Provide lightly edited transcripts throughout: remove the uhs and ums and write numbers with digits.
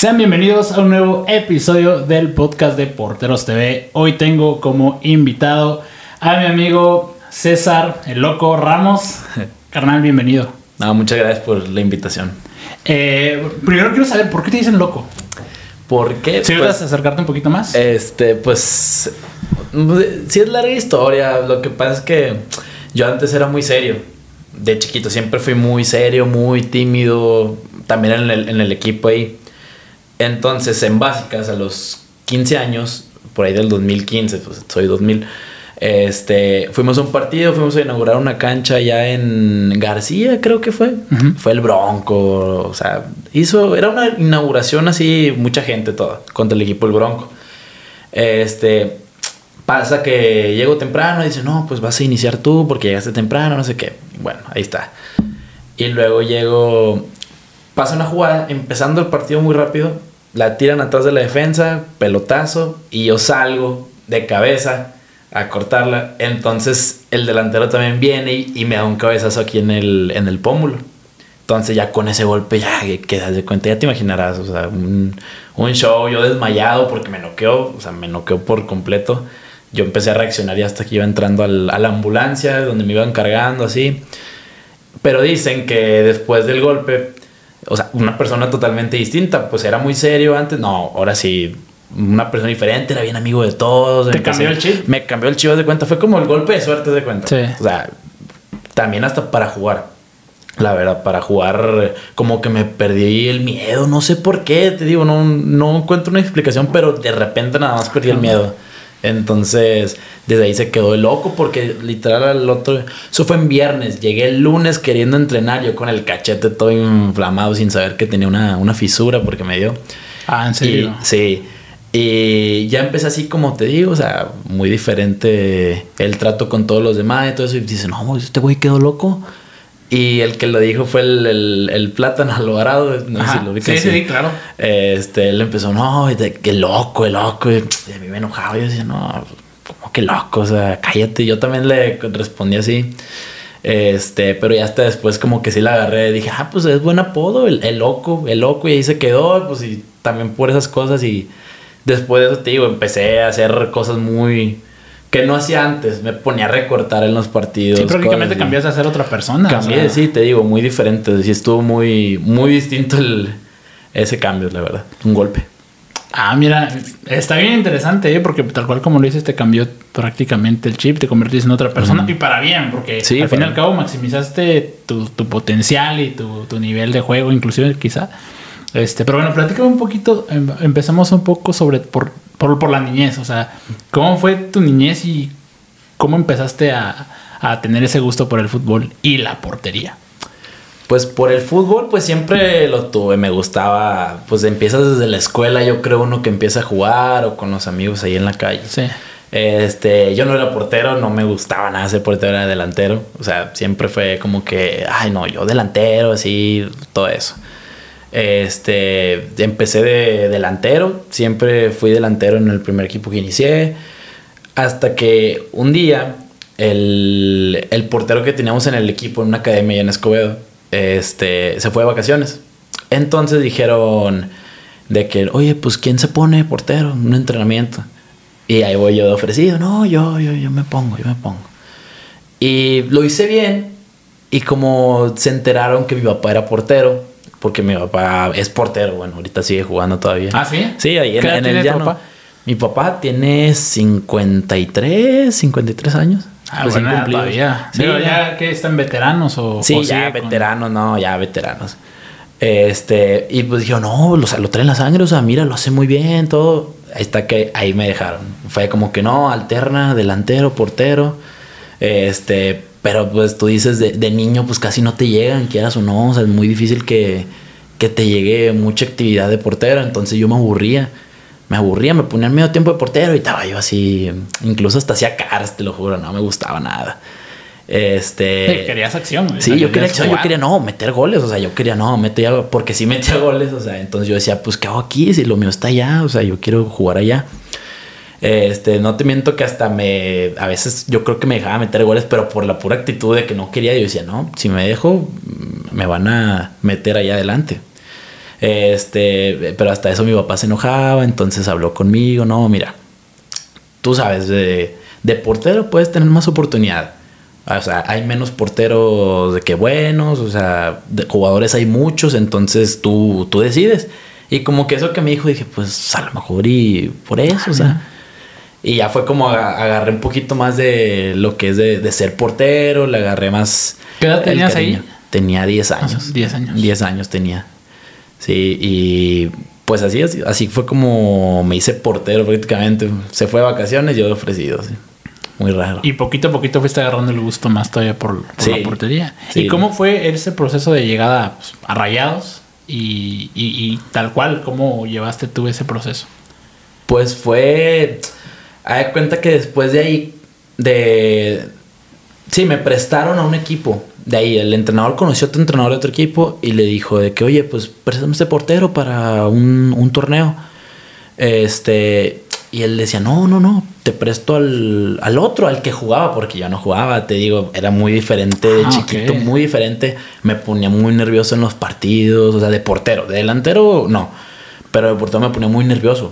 Sean bienvenidos a un nuevo episodio del podcast de Porteros TV. Hoy tengo como invitado a mi amigo César, el Loco Ramos. Carnal, bienvenido. No, muchas gracias por la invitación. Primero quiero saber, ¿por qué te dicen Loco? ¿Por qué? ¿Sí vas a acercarte un poquito más? Pues sí es larga historia. Lo que pasa es que yo antes era muy serio. De chiquito siempre fui muy serio, muy tímido. También en el equipo ahí. Entonces, en básicas, a los 15 años, por ahí del 2015, pues soy 2000, fuimos a un partido, fuimos a inaugurar una cancha allá en García, creo que fue. Uh-huh. Fue el Bronco, o sea, era una inauguración así, mucha gente toda, contra el equipo del Bronco. Pasa que llego temprano y dice, no, pues vas a iniciar tú porque llegaste temprano, no sé qué. Bueno, ahí está. Y luego pasa una jugada, empezando el partido muy rápido, la tiran atrás de la defensa, pelotazo, y yo salgo de cabeza a cortarla. Entonces el delantero también viene y me da un cabezazo aquí en el pómulo. Entonces ya con ese golpe ya quedas de cuenta, ya te imaginarás, o sea, un show, yo desmayado porque me noqueó por completo. Yo empecé a reaccionar y hasta que iba entrando a la ambulancia, donde me iban cargando, así. Pero dicen que después del golpe, o sea, una persona totalmente distinta, pues era muy serio antes. No, ahora sí, una persona diferente, era bien amigo de todos. ¿Te cambió el chip? Me cambió el chip de cuenta. Fue como el golpe de suerte de cuenta. Sí. O sea, también hasta para jugar. La verdad, para jugar como que me perdí el miedo. No sé por qué, te digo, no encuentro una explicación, pero de repente nada más perdí el miedo. Entonces, desde ahí se quedó el loco porque literal eso fue en viernes. Llegué el lunes queriendo entrenar, yo con el cachete todo inflamado sin saber que tenía una fisura porque me dio. Ah, ¿en serio? Sí. Y ya empecé así como te digo, o sea, muy diferente el trato con todos los demás y todo eso. Y dice, no, este güey quedó loco. Y el que lo dijo fue el Plátano Alvarado. No sé si lo vi. Sí, claro. Él empezó, no, que loco. Y a mí me enojaba. Yo decía, no, ¿cómo que loco? O sea, cállate. Yo también le respondí así. Pero ya hasta después como que sí la agarré. Dije, pues es buen apodo, el loco. Y ahí se quedó, pues, y también por esas cosas. Y después de eso, te digo, empecé a hacer cosas que no hacía antes. Me ponía a recortar en los partidos. Sí, prácticamente cambiaste a ser otra persona. Cambié, o sea. Sí, te digo, muy diferente. Sí, estuvo muy, muy distinto ese cambio, la verdad. Un golpe. Mira, está bien interesante, porque tal cual como lo dices, te cambió prácticamente el chip, te convertiste en otra persona. Uh-huh. Y para bien, porque sí, al fin y al cabo maximizaste tu potencial y tu nivel de juego, inclusive quizá. Pero bueno, platícame un poquito. Empezamos un poco por la niñez. O sea, ¿cómo fue tu niñez y cómo empezaste a tener ese gusto por el fútbol y la portería? Pues por el fútbol, pues siempre lo tuve. Me gustaba, pues empiezas desde la escuela. Yo creo uno que empieza a jugar o con los amigos ahí en la calle. Sí. Yo no era portero, no me gustaba nada ser portero, era delantero. O sea, siempre fue como que, yo delantero, así, todo eso. Empecé de delantero, siempre fui delantero en el primer equipo que inicié, hasta que un día el portero que teníamos en el equipo en una academia en Escobedo, se fue de vacaciones. Entonces dijeron de que, oye, pues ¿quién se pone portero en un entrenamiento? Y ahí voy yo de ofrecido, no, yo me pongo. Y lo hice bien, y como se enteraron que mi papá era portero, porque mi papá es portero, bueno, ahorita sigue jugando todavía. ¿Ah, sí? Sí, ahí en el llano. Papá? Mi papá tiene 53 años. Bueno, todavía. Sí, pero ya que están veteranos o... Sí, o ya veteranos, ya veteranos. Y pues dijo, no, o sea, lo traen la sangre, o sea, mira, lo hace muy bien, todo. Ahí me dejaron. Fue como que no, alterna, delantero, portero. Pero pues tú dices de niño pues casi no te llegan, quieras o no, o sea, es muy difícil que te llegue mucha actividad de portero. Entonces yo me aburría, me ponía en medio tiempo de portero y estaba yo así, incluso hasta hacía caras, te lo juro, no me gustaba nada. Querías acción, güey. Sí, yo quería acción, yo quería meter goles, o sea, porque sí metía goles, o sea, entonces yo decía, pues ¿qué hago aquí? Si lo mío está allá, o sea, yo quiero jugar allá. No te miento que hasta a veces yo creo que me dejaba meter goles, pero por la pura actitud de que no quería, yo decía, no, si me dejo, me van a meter allá adelante. Pero hasta eso mi papá se enojaba, entonces habló conmigo. No, mira, tú sabes, de portero puedes tener más oportunidad. O sea, hay menos porteros de que buenos, o sea, de jugadores hay muchos, entonces tú decides. Y como que eso que me dijo, dije, pues a lo mejor y por eso, o sea. Y ya fue como agarré un poquito más de lo que es de ser portero, le agarré más. ¿Qué edad tenías ahí? Tenía 10 años. 10 años. 10 años tenía. Sí, y pues así fue como me hice portero prácticamente. Se fue de vacaciones, yo ofrecido, sí. Muy raro. Y poquito a poquito fuiste agarrando el gusto más todavía por la portería. Sí. ¿Y cómo fue ese proceso de llegada pues, a Rayados? Y tal cual, ¿cómo llevaste tú ese proceso? Pues fue... Haz cuenta que después de ahí, sí, me prestaron a un equipo. De ahí, el entrenador conoció a otro entrenador de otro equipo y le dijo de que, oye, pues préstame este portero para un torneo. Y él decía, no, te presto al otro, al que jugaba, porque yo no jugaba, te digo, era muy diferente de chiquito, okay. Muy diferente. Me ponía muy nervioso en los partidos, o sea, de portero, de delantero, no. Pero de portero me ponía muy nervioso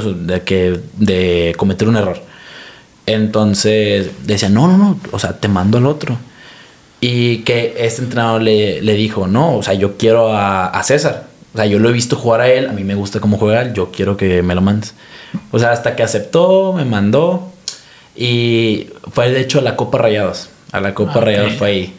de cometer un error. Entonces decía, no, o sea, te mando al otro. Y que este entrenador le dijo, no, o sea, yo quiero a César. O sea, yo lo he visto jugar a él, a mí me gusta cómo juega él, yo quiero que me lo mandes. O sea, hasta que aceptó, me mandó. Y fue de hecho a la Copa Rayados. A la Copa Rayados fue ahí.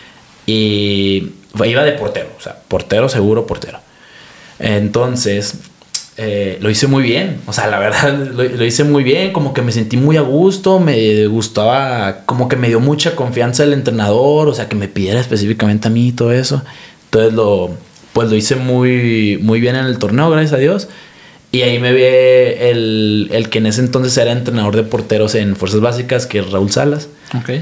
Y iba de portero, o sea, portero seguro, portero. Entonces, lo hice muy bien. O sea, la verdad, lo hice muy bien. Como que me sentí muy a gusto. Me gustaba, como que me dio mucha confianza el entrenador. O sea, que me pidiera específicamente a mí y todo eso. Entonces, lo hice muy, muy bien en el torneo, gracias a Dios. Y ahí me vi el que en ese entonces era entrenador de porteros en Fuerzas Básicas, que es Raúl Salas. Okay.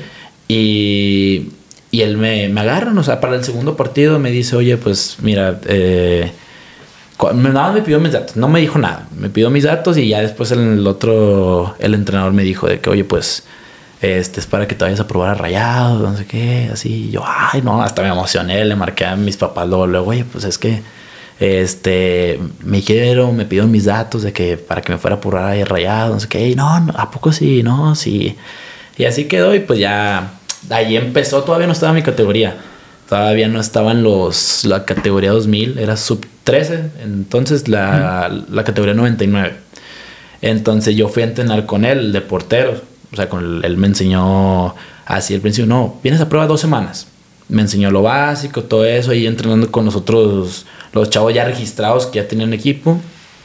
Y él me agarra, o sea, para el segundo partido me dice, oye, pues mira, nada más me pidió mis datos, no me dijo nada, me pidió mis datos y ya después el entrenador me dijo de que, oye, pues es para que te vayas a probar a Rayados, no sé qué, así. Y yo, ay, no, hasta me emocioné, le marqué a mis papás luego, oye, pues es que me pidieron mis datos de que para que me fuera a probar a Rayados, no sé qué. Y no, ¿a poco sí? No, sí. Y así quedó y pues ya ahí empezó, todavía no estaba mi categoría. Todavía no estaba en la categoría 2000, era sub 13, entonces la categoría 99. Entonces yo fui a entrenar con él de porteros. O sea, él me enseñó así al principio, no, vienes a prueba 2 semanas. Me enseñó lo básico, todo eso, ahí entrenando con nosotros, los chavos ya registrados que ya tenían equipo.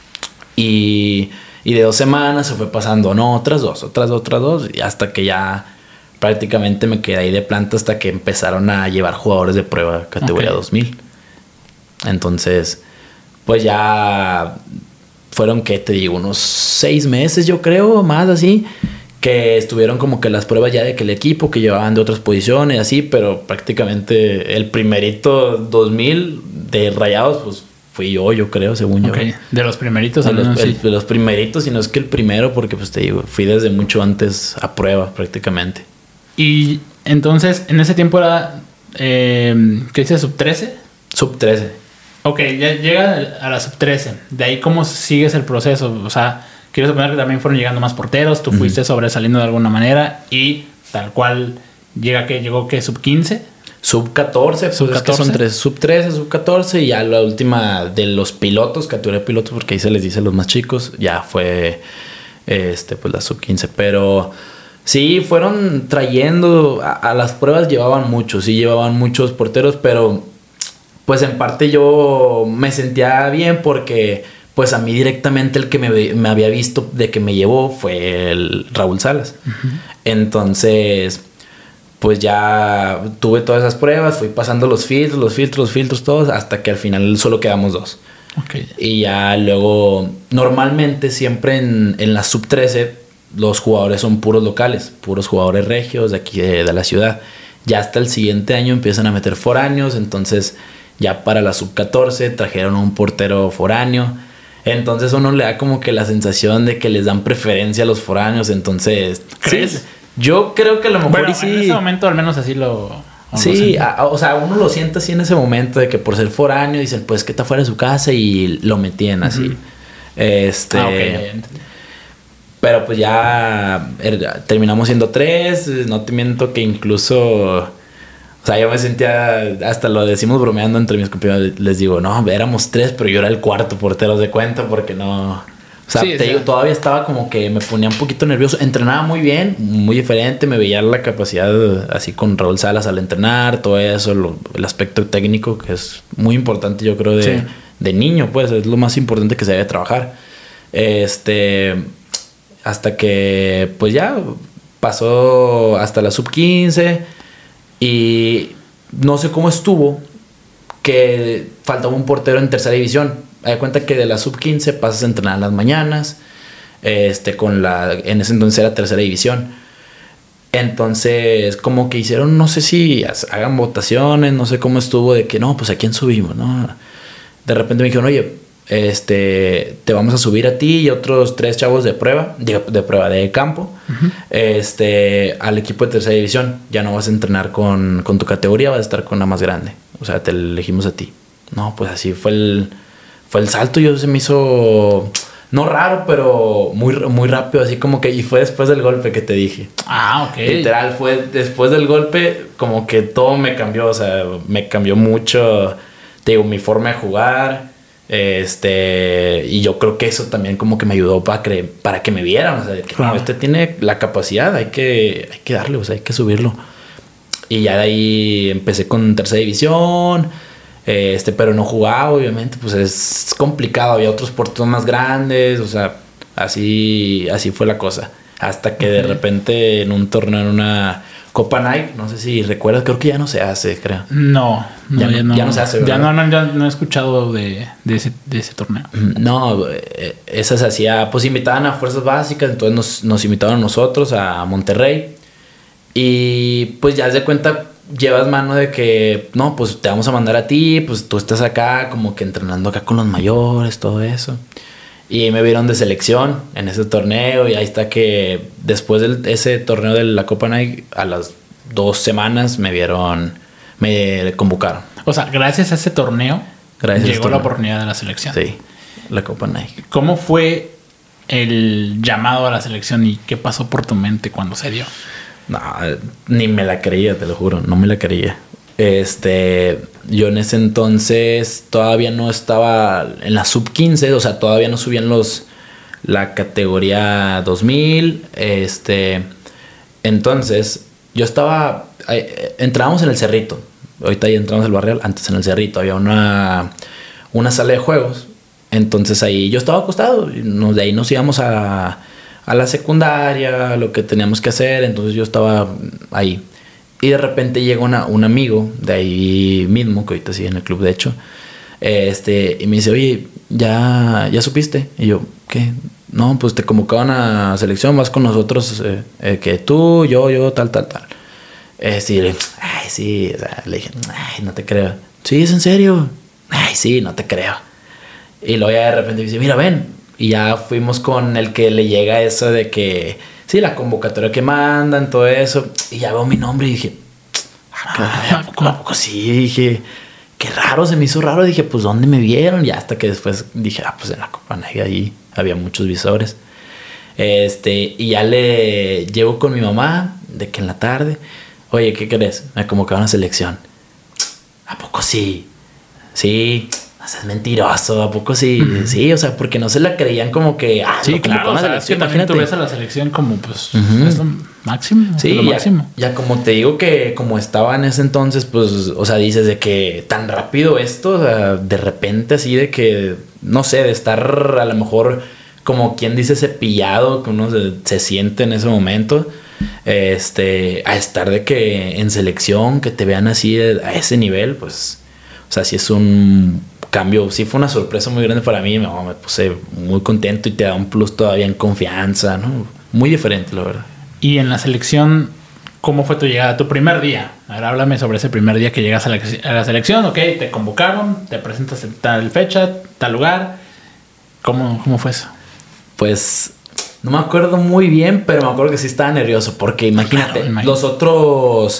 Y de 2 semanas se fue pasando, no, otras dos, y hasta que ya prácticamente me quedé ahí de planta hasta que empezaron a llevar jugadores de prueba categoría 2000. Entonces, pues ya fueron, ¿qué te digo? Unos 6 meses, yo creo, más así, que estuvieron como que las pruebas ya de que el equipo que llevaban de otras posiciones, así, pero prácticamente el primerito 2000 de Rayados, pues fui yo creo, según yo. De los primeritos, de los primeritos, y no es que el primero, porque pues te digo, fui desde mucho antes a prueba prácticamente. Y entonces, en ese tiempo era, ¿qué dice? ¿Sub 13? Sub 13. Ok, ya llega a la sub 13. De ahí, ¿cómo sigues el proceso? O sea, quiero suponer que también fueron llegando más porteros, tú fuiste sobresaliendo de alguna manera y tal cual llegó que sub 15. Sub 14, pues sub 14. Son 3, sub 13, sub 14 y ya la última de los pilotos, categoría de pilotos, porque ahí se les dice a los más chicos, ya fue pues la sub 15. Pero sí, fueron trayendo a las pruebas, llevaban muchos porteros, pero pues en parte yo me sentía bien porque pues a mí directamente el que me había visto de que me llevó fue el Raúl Salas. Uh-huh. Entonces, pues ya tuve todas esas pruebas, fui pasando los filtros todos, hasta que al final solo quedamos 2. Okay. Y ya luego, normalmente siempre en la sub 13, los jugadores son puros locales, puros jugadores regios de aquí de la ciudad. Ya hasta el siguiente año empiezan a meter foráneos, entonces ya para la sub 14 trajeron un portero foráneo. Entonces uno le da como que la sensación de que les dan preferencia a los foráneos. Entonces, ¿crees? Sí, yo creo que a lo mejor sí. En ese momento al menos así lo Sí, o sea, uno lo siente así en ese momento de que por ser foráneo dicen, pues que está fuera de su casa y lo metían así. Okay. Pero pues ya terminamos siendo 3. No te miento que incluso, o sea, yo me sentía, hasta lo decimos bromeando entre mis compañeros, les digo, no, éramos 3, pero yo era el cuarto portero de cuenta porque no... O sea, digo, todavía estaba como que me ponía un poquito nervioso. Entrenaba muy bien, muy diferente. Me veía la capacidad así con Raúl Salas al entrenar, todo eso, el aspecto técnico que es muy importante, yo creo, de niño, pues es lo más importante que se debe trabajar. Hasta que, pues ya pasó hasta la sub-15 y no sé cómo estuvo que faltaba un portero en tercera división. Me da cuenta que de la sub-15 pasas a entrenar en las mañanas, en ese entonces era tercera división. Entonces, como que hicieron, no sé si hagan votaciones, no sé cómo estuvo, de que no, pues a quién subimos, ¿no? De repente me dijeron, oye, te vamos a subir a ti y otros 3 chavos de prueba, de campo, al equipo de tercera división. Ya no vas a entrenar con tu categoría, vas a estar con la más grande. O sea, te elegimos a ti. No, pues así fue el salto. Yo se me hizo, no raro, pero muy, muy rápido, así como que, y fue después del golpe que te dije. Ok. Literal, fue después del golpe, como que todo me cambió, o sea, me cambió mucho, te digo, mi forma de jugar, y yo creo que eso también como que me ayudó para que me vieran, o sea, que no, tiene la capacidad, hay que darle, o sea, hay que subirlo. Y ya de ahí empecé con tercera división, pero no jugaba, obviamente, pues es complicado. Había otros porteros más grandes, o sea, así fue la cosa. Hasta que de repente en un torneo, en una Copa Nike, no sé si recuerdas, creo que ya no se hace, creo. Ya no se hace, ¿verdad? Ya no he escuchado de ese torneo. No, esa se hacía, pues invitaban a fuerzas básicas, entonces nos invitaron a nosotros a Monterrey. Y pues ya de cuenta, llevas mano de que, no, pues te vamos a mandar a ti, pues tú estás acá como que entrenando acá con los mayores, todo eso. Y me vieron de selección en ese torneo y ahí está que después de ese torneo de la Copa Nike, a las 2 semanas me convocaron. O sea, gracias a ese torneo llegó la oportunidad de la selección. Sí, la Copa Nike. ¿Cómo fue el llamado a la selección y qué pasó por tu mente cuando se dio? No, ni me la creía, te lo juro, no me la creía. Yo en ese entonces todavía no estaba en la sub-15, o sea, todavía no subían la categoría 2000. Entonces, yo estaba, entrábamos en el Cerrito. Ahorita ya entramos al Barrial, antes en el Cerrito había una sala de juegos. Entonces ahí yo estaba acostado, de ahí nos íbamos a la secundaria, lo que teníamos que hacer. Entonces yo estaba ahí. Y de repente llega un amigo de ahí mismo, que ahorita sigue en el club, de hecho. Y me dice, oye, ¿ya supiste? Y yo, ¿qué? No, pues te convocaban a selección, vas con nosotros, que tú, yo, tal. Sí, o sea, le dije, ay, no te creo. Sí, ¿es en serio? Ay, sí, no te creo. Y luego ya de repente me dice, mira, ven. Y ya fuimos con el que le llega eso de que, sí, la convocatoria que mandan, todo eso. Y ya veo mi nombre y dije, ¿a poco sí? Dije, qué raro, se me hizo raro. Dije, pues, ¿dónde me vieron? Y hasta que después dije, pues en la Copa Nike ahí había muchos visores. Y ya le llego con mi mamá, de que en la tarde, oye, ¿qué crees? Me convocaron a selección. ¿A poco sí? Sí. O sea, es mentiroso, ¿a poco sí? Uh-huh. Sí, o sea, porque no se la creían como que... sí, claro, o sea, es que también tú ves a la selección como, pues, uh-huh, es lo máximo. Sí, lo máximo. Ya como te digo que como estaba en ese entonces, pues, o sea, dices de que tan rápido esto, o sea, de repente así de que, no sé, de estar a lo mejor como quien dice cepillado, que uno se siente en ese momento, a estar de que en selección, que te vean así a ese nivel, pues, o sea, sí es un cambio, sí fue una sorpresa muy grande para mí, me puse muy contento y te da un plus todavía en confianza, ¿no? Muy diferente, la verdad. Y en la selección, ¿cómo fue tu llegada? Tu primer día. A ver, háblame sobre ese primer día que llegas a la selección, ok, te convocaron, te presentas en tal fecha, tal lugar. ¿Cómo fue eso? Pues no me acuerdo muy bien, pero me acuerdo que sí estaba nervioso, porque imagínate, los otros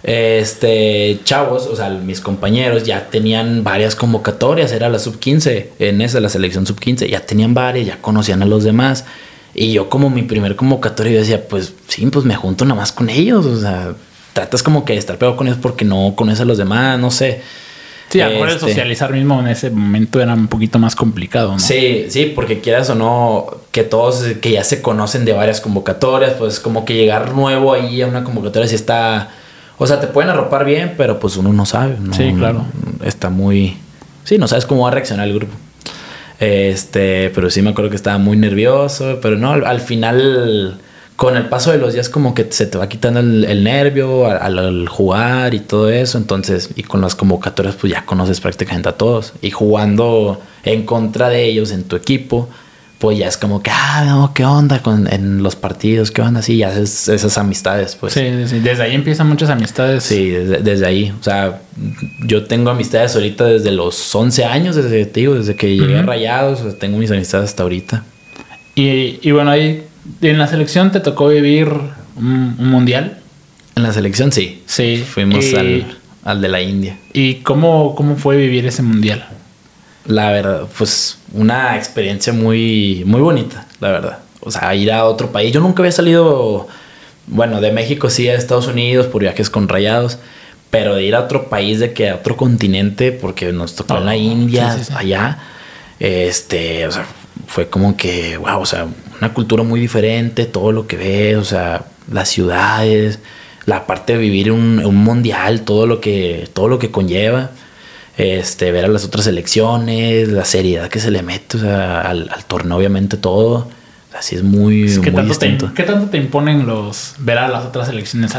Chavos, o sea, mis compañeros ya tenían varias convocatorias, era la sub-15, en esa la selección sub-15, ya tenían varias, ya conocían a los demás. Y yo como mi primer convocatorio, yo decía, pues sí, pues me junto nada más con ellos, o sea, tratas como que de estar pegado con ellos porque no conoces a los demás, no sé. Sí, a lo mejor el socializar mismo en ese momento era un poquito más complicado, ¿no? Sí, porque quieras o no, que todos que ya se conocen de varias convocatorias, pues como que llegar nuevo ahí a una convocatoria sí está... O sea, te pueden arropar bien, pero pues uno no sabe, ¿no? Sí, claro. Está muy... Sí, no sabes cómo va a reaccionar el grupo. Pero sí me acuerdo que estaba muy nervioso, pero no, al final... Con el paso de los días como que se te va quitando el nervio al jugar y todo eso. Entonces, y con las convocatorias pues ya conoces prácticamente a todos. Y jugando en contra de ellos en tu equipo, pues ya es como que, no, ¿qué onda en los partidos? ¿Qué onda? Sí, ya haces esas amistades, pues. Sí. Desde ahí empiezan muchas amistades. Sí, desde ahí. O sea, yo tengo amistades ahorita desde los 11 años, desde que llegué a Rayados. O sea, tengo mis amistades hasta ahorita. Y bueno, ahí... ¿En la selección te tocó vivir un mundial? En la selección sí. Sí. Fuimos al de la India. ¿Y cómo fue vivir ese mundial? La verdad, pues una experiencia muy, muy bonita, la verdad. O sea, ir a otro país. Yo nunca había salido, bueno, de México sí a Estados Unidos por viajes con Rayados. Pero de ir a otro país, de que a otro continente, porque nos tocó en la India, sí. Allá. O sea, fue como que, wow, o sea... Una cultura muy diferente, todo lo que ves, o sea, las ciudades, la parte de vivir un mundial, todo lo que conlleva, ver a las otras selecciones, la seriedad que se le mete, o sea, al torneo obviamente todo, así es muy, muy distinto. ¿Qué tanto te imponen ver a las otras selecciones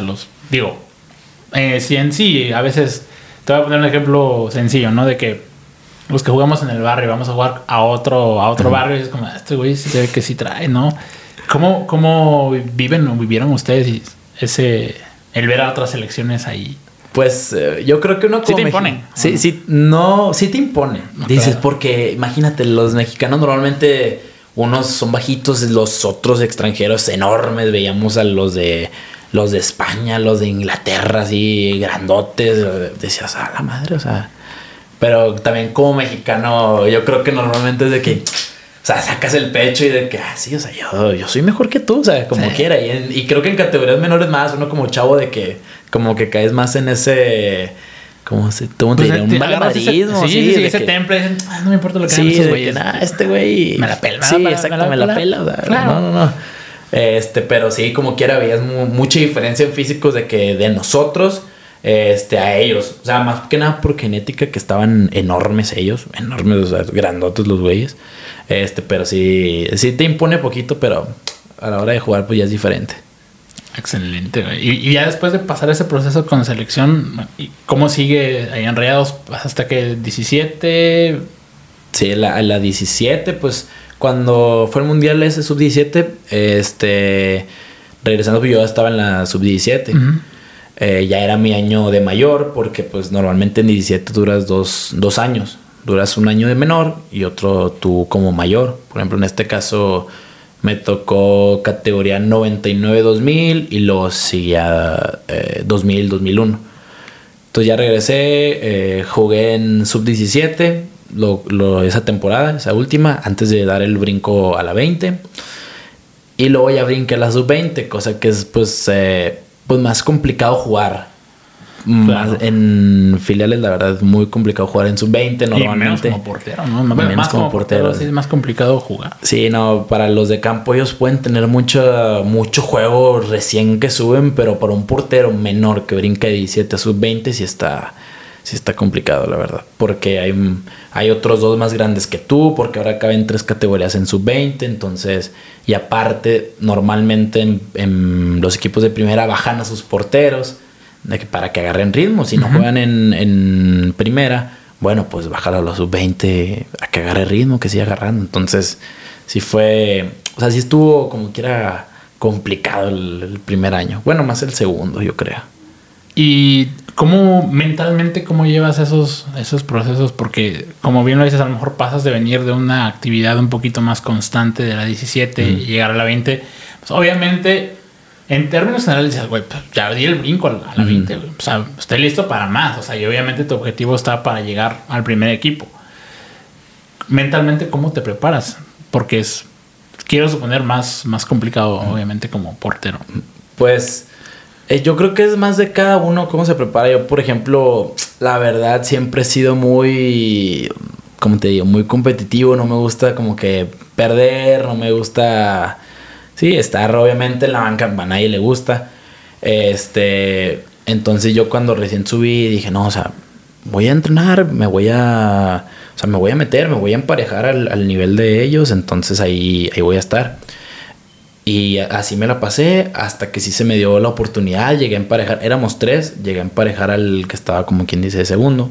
sí, a veces, te voy a poner un ejemplo sencillo, ¿no? De que los que jugamos en el barrio, vamos a jugar a otro barrio y es como, este güey se ve que sí trae, ¿no? ¿Cómo viven o vivieron ustedes el ver a otras selecciones ahí? Pues yo creo que uno como... ¿Sí te imponen? Sí te imponen. Okay. Dices, porque imagínate, los mexicanos normalmente unos son bajitos, los otros extranjeros enormes. Veíamos a los de España, los de Inglaterra, así grandotes. Decías, a la madre, o sea... Pero también como mexicano, yo creo que normalmente es de que, o sea, sacas el pecho y de que, sí, o sea, yo soy mejor que tú, o sea, como quiera. Y creo que en categorías menores más, uno como chavo de que, como que caes más en ese, ¿cómo se diría? Un malabarismo. Sí, ese temple. No me importa lo que hagan esos güeyes. Este güey. Me la pela. Sí, exacto, me la pela. O sea, claro. No. Pero sí, como quiera, veías mucha diferencia en físicos de nosotros. A ellos, o sea, más que nada por genética, que estaban enormes, o sea, grandotes los güeyes. Pero sí te impone poquito, pero a la hora de jugar pues ya es diferente. Excelente, güey. Y ya después de pasar ese proceso con selección, ¿cómo sigue ahí en Rayados? ¿Hasta que 17? Sí, la 17, pues cuando fue el mundial ese sub-17, regresando, pues yo estaba en la sub-17. Uh-huh. Ya era mi año de mayor, porque pues normalmente en 17 duras dos años. Duras un año de menor y otro tú como mayor. Por ejemplo, en este caso me tocó categoría 99-2000 y luego seguía 2000-2001. Entonces ya regresé, jugué en sub-17 esa temporada, esa última, antes de dar el brinco a la 20. Y luego ya brinqué a la sub-20, cosa que es pues más complicado jugar. Claro. Más en filiales, la verdad, es muy complicado jugar en sub-20 normalmente. Y menos como portero, ¿no? Más como portero sí es más complicado jugar. Sí, no, para los de campo ellos pueden tener mucho juego recién que suben, pero para un portero menor que brinca de 17 a sub-20 sí está complicado, la verdad. Porque hay otros dos más grandes que tú, porque ahora caben 3 categorías en sub-20, entonces... Y aparte, normalmente en los equipos de primera bajan a sus porteros para que agarren ritmo. Si no juegan en primera, bueno, pues bajar a los sub-20 a que agarre ritmo, que siga agarrando. Entonces, sí estuvo como que era complicado el primer año. Bueno, más el segundo, yo creo. ¿Y mentalmente cómo llevas esos procesos? Porque, como bien lo dices, a lo mejor pasas de venir de una actividad un poquito más constante de la 17 y llegar a la 20. Pues obviamente en términos generales dices, güey, pues ya di el brinco a la 20, güey. O sea, estoy listo para más. O sea, y obviamente tu objetivo está para llegar al primer equipo. Mentalmente, ¿cómo te preparas? Porque quiero suponer, más complicado, obviamente, como portero. Pues yo creo que es más de cada uno cómo se prepara. Yo, por ejemplo, la verdad siempre he sido muy, como te digo, muy competitivo. No me gusta como que perder, no me gusta, sí, estar obviamente en la banca, a nadie le gusta. Entonces yo cuando recién subí dije, no, o sea, voy a entrenar, me voy a meter, me voy a emparejar al nivel de ellos. Entonces ahí voy a estar. Y así me la pasé hasta que sí se me dio la oportunidad. Llegué a emparejar, éramos 3, llegué a emparejar al que estaba como quien dice de segundo.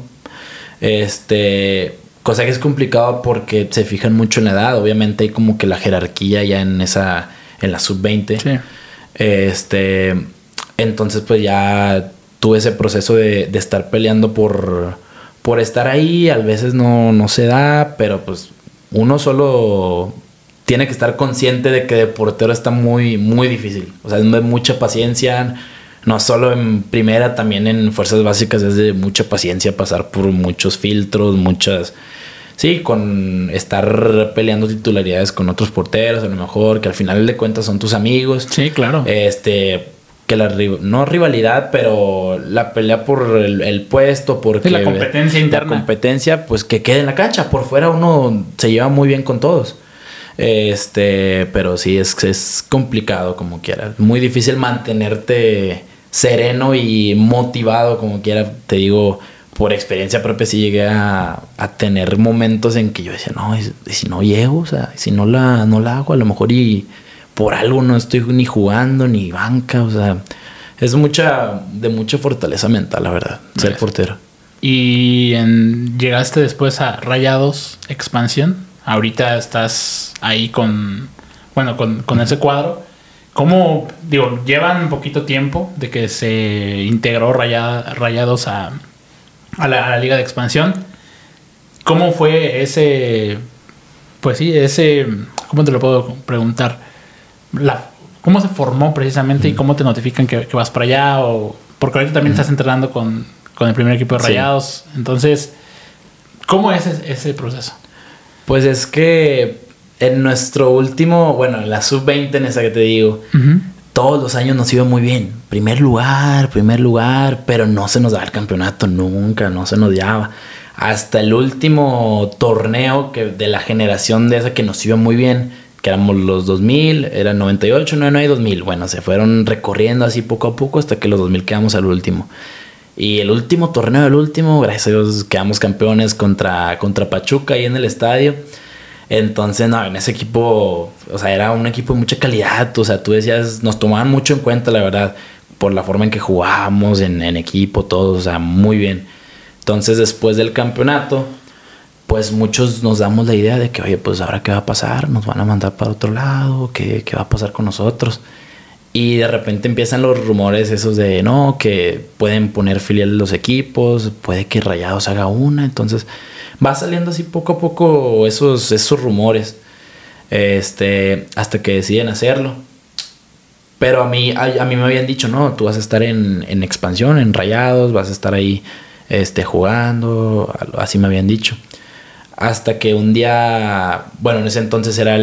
Cosa que es complicado porque se fijan mucho en la edad. Obviamente hay como que la jerarquía ya en la sub-20. Sí. Entonces pues ya tuve ese proceso de estar peleando por estar ahí. A veces no se da, pero pues uno solo tiene que estar consciente de que de portero está muy, muy difícil. O sea, es de mucha paciencia. No solo en primera, también en fuerzas básicas es de mucha paciencia pasar por muchos filtros, sí, con estar peleando titularidades con otros porteros, a lo mejor, que al final de cuentas son tus amigos. Sí, claro. Que no rivalidad, pero la pelea por el puesto, porque la competencia interna. La competencia, pues que quede en la cancha. Por fuera uno se lleva muy bien con todos. Pero sí es complicado como quiera. Muy difícil mantenerte sereno y motivado como quiera. Te digo, por experiencia propia sí llegué a tener momentos en que yo decía, no, ¿y si no llego? O sea, si no la hago, a lo mejor y por algo no estoy ni jugando ni banca. O sea, es de mucha fortaleza mental, la verdad, ser portero. Y llegaste después a Rayados Expansión. Ahorita estás ahí con ese cuadro. ¿Cómo, llevan un poquito tiempo de que se integró Rayados a la Liga de Expansión? ¿Cómo fue ese, ¿cómo te lo puedo preguntar? ¿Cómo se formó precisamente y cómo te notifican que vas para allá? Porque ahorita también estás entrenando con el primer equipo de Rayados. Sí. Entonces, ¿cómo es ese proceso? Pues es que en nuestro último, en la sub-20, en esa que te digo, todos los años nos iba muy bien. Primer lugar, pero no se nos daba el campeonato nunca, no se nos daba. Hasta el último torneo de la generación de esa que nos iba muy bien, que éramos los 2000, eran 98, 99 y 2000. Bueno, se fueron recorriendo así poco a poco hasta que los 2000 quedamos al último. Y el último torneo, gracias a Dios, quedamos campeones contra Pachuca ahí en el estadio. Entonces, en ese equipo, o sea, era un equipo de mucha calidad. O sea, tú decías, nos tomaban mucho en cuenta, la verdad, por la forma en que jugábamos en equipo, todos, o sea, muy bien. Entonces, después del campeonato, pues muchos nos damos la idea de que, oye, pues ahora qué va a pasar, nos van a mandar para otro lado, qué va a pasar con nosotros. Y de repente empiezan los rumores esos de no, que pueden poner filiales los equipos, puede que Rayados haga una. Entonces va saliendo así poco a poco esos rumores, hasta que deciden hacerlo. Pero a mí me habían dicho, no, tú vas a estar en expansión, en Rayados, vas a estar ahí jugando, así me habían dicho. Hasta que un día, en ese entonces era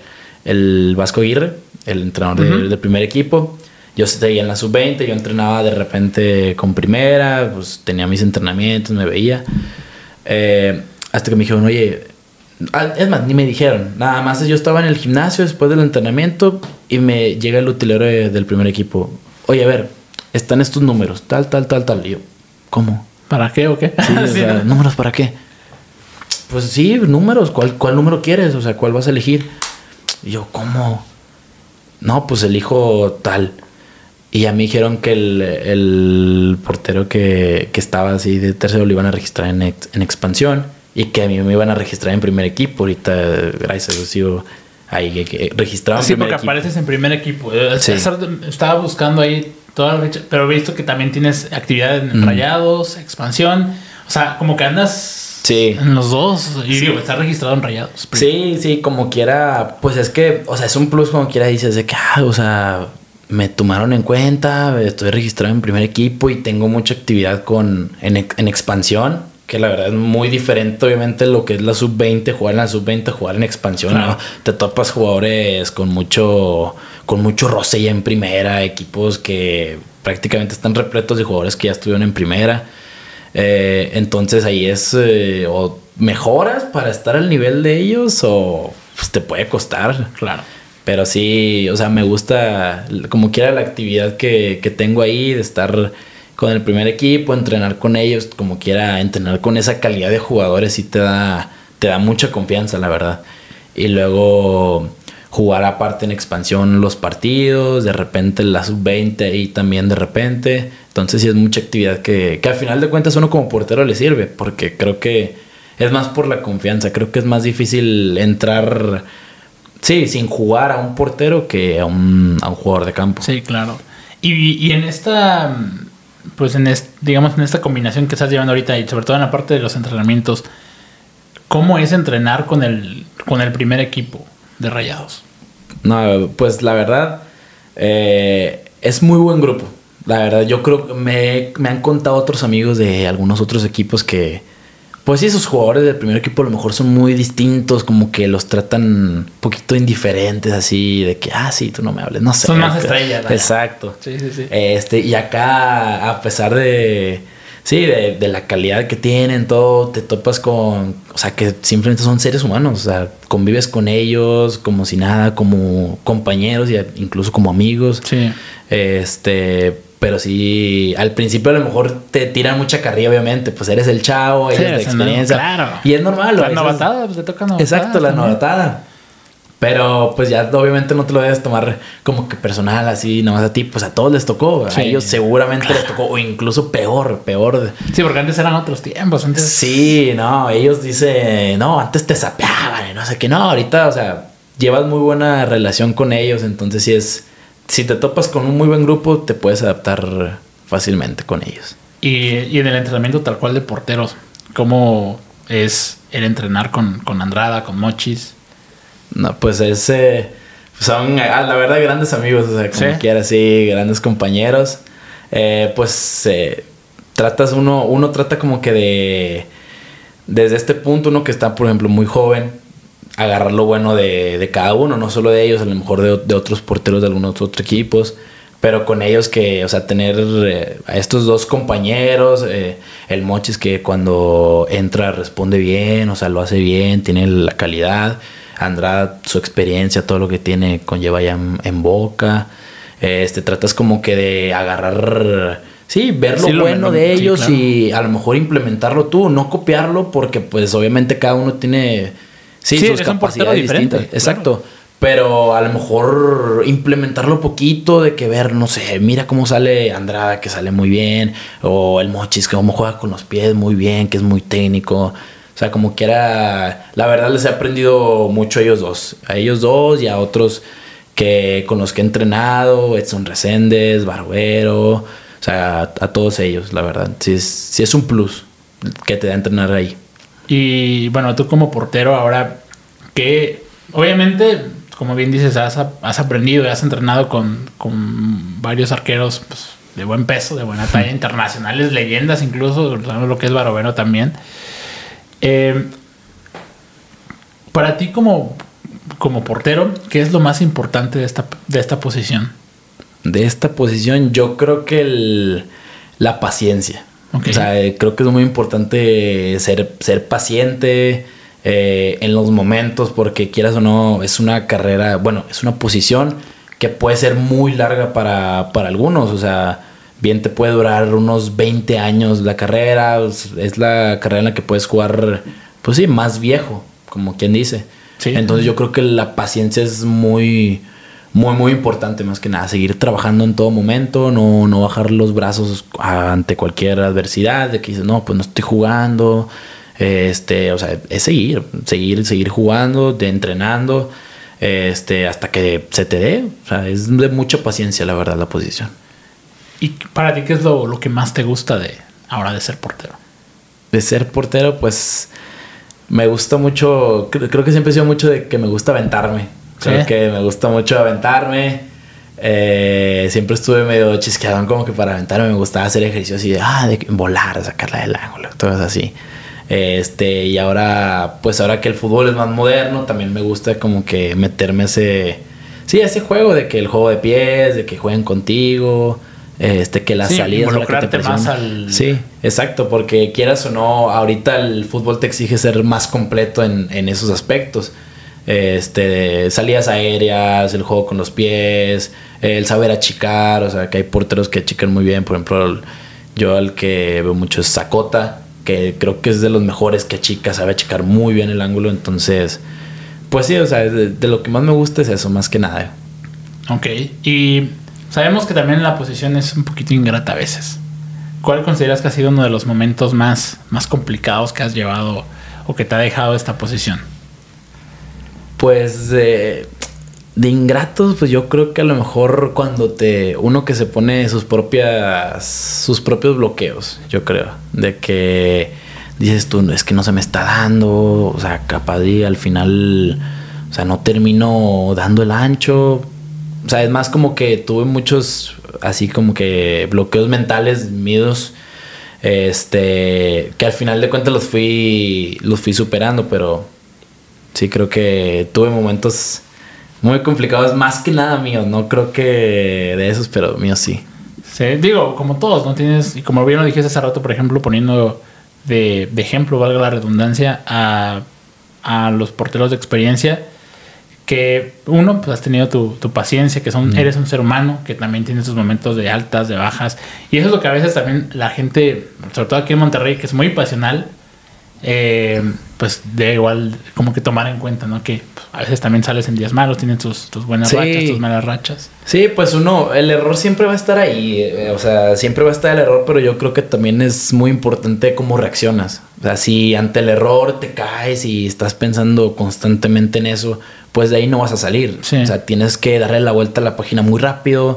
el Vasco Aguirre, el entrenador del primer equipo. Yo seguía en la sub-20, yo entrenaba de repente con primera, pues tenía mis entrenamientos, me veía. Hasta que me dijeron, oye, es más, ni me dijeron, nada más yo estaba en el gimnasio después del entrenamiento y me llega el utilero del primer equipo. Oye, a ver, están estos números, tal. Y yo, ¿cómo? ¿Para qué o qué? Sí, o sea, ¿números para qué? Pues sí, números, ¿cuál número quieres? O sea, ¿cuál vas a elegir? Y yo, ¿cómo? No, pues elijo tal. Y ya me dijeron que el portero que estaba así de tercero lo iban a registrar en expansión y que a mí me iban a registrar en primer equipo. Ahorita, gracias a Dios, sigo ahí registrado en primer equipo. Sí, porque apareces en primer equipo. Sí. Estaba buscando ahí toda la fecha, pero he visto que también tienes actividad en Rayados, expansión. O sea, como que andas... Sí. En los dos. Y está registrado en Rayados. Sí, como quiera. Pues es que, o sea, es un plus como quiera. Dices de que, o sea, me tomaron en cuenta, estoy registrado en primer equipo y tengo mucha actividad en expansión, que la verdad es muy diferente obviamente lo que es la sub-20, jugar en la sub-20, jugar en expansión, claro. ¿No? Te topas jugadores con mucho roce ya en primera, equipos que prácticamente están repletos de jugadores que ya estuvieron en primera. Entonces ahí es o mejoras para estar al nivel de ellos o pues, te puede costar. Claro. Pero sí, o sea, me gusta como quiera la actividad que tengo ahí de estar con el primer equipo, entrenar con ellos, como quiera entrenar con esa calidad de jugadores sí te da mucha confianza, la verdad. Y luego jugar aparte en expansión los partidos, de repente la sub-20 y también de repente. Entonces sí es mucha actividad que al final de cuentas uno como portero le sirve, porque creo que es más por la confianza. Creo que es más difícil entrar, sí, sin jugar a un portero que a un jugador de campo. Sí, claro. Y en esta, pues digamos en esta combinación que estás llevando ahorita y sobre todo en la parte de los entrenamientos, ¿cómo es entrenar con el primer equipo de Rayados? No, pues la verdad es muy buen grupo. La verdad, yo creo que me han contado otros amigos de algunos otros equipos que, pues sí, esos jugadores del primer equipo a lo mejor son muy distintos, como que los tratan un poquito indiferentes, así, de que, sí, tú no me hables, no sé. Son más estrellas. ¿Verdad? Exacto. Sí. Y acá, a pesar de la calidad que tienen, todo, te topas con, o sea, que simplemente son seres humanos, o sea, convives con ellos como si nada, como compañeros y incluso como amigos. Sí. Pero sí, al principio a lo mejor te tiran mucha carrilla, obviamente, pues eres el chavo, eres de experiencia. Claro. Y es normal. La novatada, pues te toca novatada. Exacto, la novatada. Pero pues ya obviamente no te lo debes tomar como que personal, así, nomás a ti, pues a todos les tocó. Sí. A ellos seguramente les tocó, o incluso peor. Sí, porque antes eran otros tiempos. Sí, no, ellos dicen, no, antes te sapeaban, no sé qué, no, ahorita, o sea, llevas muy buena relación con ellos, entonces si te topas con un muy buen grupo, te puedes adaptar fácilmente con ellos. Y en el entrenamiento tal cual de porteros, ¿cómo es el entrenar con Andrada, con Mochis? No, pues son la verdad grandes amigos, o sea, como quiera, sí, grandes compañeros. Tratas uno trata como que desde este punto, uno que está, por ejemplo, muy joven, agarrar lo bueno de cada uno, no solo de ellos, a lo mejor de otros porteros de algunos otros equipos, pero con ellos que, o sea, tener a estos dos compañeros, el Mochis que cuando entra responde bien, o sea, lo hace bien, tiene la calidad. Andrada, su experiencia, todo lo que tiene, conlleva ya en Boca. Tratas como que de agarrar, ver lo bueno de ellos, claro. Y a lo mejor implementarlo tú, no copiarlo, porque pues obviamente cada uno tiene sus capacidades distintas. Claro. Exacto. Pero a lo mejor implementarlo poquito, de que ver, no sé, mira cómo sale Andrada, que sale muy bien, o el Mochis, que cómo juega con los pies muy bien, que es muy técnico. O sea, como que la verdad les he aprendido mucho a ellos dos y a otros con los que he entrenado, Edson Reséndez, Barbero, o sea, a todos ellos, la verdad. Sí es un plus que te da entrenar ahí. Y bueno, tú como portero ahora, que obviamente, como bien dices, has aprendido y has entrenado con varios arqueros pues, de buen peso, de buena talla, internacionales, leyendas incluso, sabemos lo que es Barbero también. Para ti como portero, ¿qué es lo más importante de esta posición? De esta posición yo creo que la paciencia. Okay. O sea, creo que es muy importante ser paciente en los momentos, porque quieras o no, es una carrera, bueno, es una posición que puede ser muy larga para algunos, o sea, bien te puede durar unos 20 años la carrera. Es la carrera en la que puedes jugar, pues sí, más viejo, como quien dice. Sí. Entonces yo creo que la paciencia es muy, muy, muy importante, más que nada. Seguir trabajando en todo momento, no bajar los brazos ante cualquier adversidad, de que dices, no, pues no estoy jugando. O sea, es seguir jugando, entrenando, hasta que se te dé. O sea, es de mucha paciencia, la verdad, la posición. ¿Y para ti qué es lo que más te gusta de ser portero? De ser portero, pues me gusta mucho, creo que siempre he sido mucho de que me gusta aventarme. ¿Sí? Creo que me gusta mucho aventarme. siempre estuve medio chisqueadón como que para aventarme. Me gustaba hacer ejercicios así de volar, sacarla del ángulo, todo así. Y ahora, pues ahora que el fútbol es más moderno, también me gusta como que meterme ese juego de que el juego de pies, de que jueguen contigo, que las salidas, involucrarte más al... Sí, exacto, porque quieras o no, ahorita el fútbol te exige ser más completo en esos aspectos. Salidas aéreas, el juego con los pies, el saber achicar, o sea, que hay porteros que achican muy bien. Por ejemplo, yo al que veo mucho es Sakota, que creo que es de los mejores que achica, sabe achicar muy bien el ángulo. Entonces, pues sí, o sea, de lo que más me gusta es eso, más que nada. Ok, y sabemos que también la posición es un poquito ingrata a veces. ¿Cuál consideras que ha sido uno de los momentos más complicados que has llevado o que te ha dejado esta posición? Pues de ingratos, pues yo creo que a lo mejor cuando uno que se pone sus propios bloqueos, yo creo, de que dices tú, es que no se me está dando, o sea, capaz de al final, o sea, no termino dando el ancho, o sea, es más como que tuve muchos así como que bloqueos mentales míos, que al final de cuentas los fui superando, pero sí, creo que tuve momentos muy complicados, más que nada míos. No creo que de esos, pero míos sí. Sí, digo, como todos, ¿no? Tienes, y como bien lo dijiste hace rato, por ejemplo, poniendo de ejemplo, valga la redundancia, a los porteros de experiencia, que uno, pues has tenido tu paciencia, que eres un ser humano, que también tiene sus momentos de altas, de bajas. Y eso es lo que a veces también la gente, sobre todo aquí en Monterrey, que es muy pasional, pues de igual como que tomar en cuenta, ¿no? Que pues, a veces también sales en días malos, tienen tus buenas rachas, tus malas rachas. Sí, pues el error siempre va a estar ahí, o sea, siempre va a estar el error, pero yo creo que también es muy importante cómo reaccionas. O sea, si ante el error te caes y estás pensando constantemente en eso, pues de ahí no vas a salir. Sí. O sea, tienes que darle la vuelta a la página muy rápido,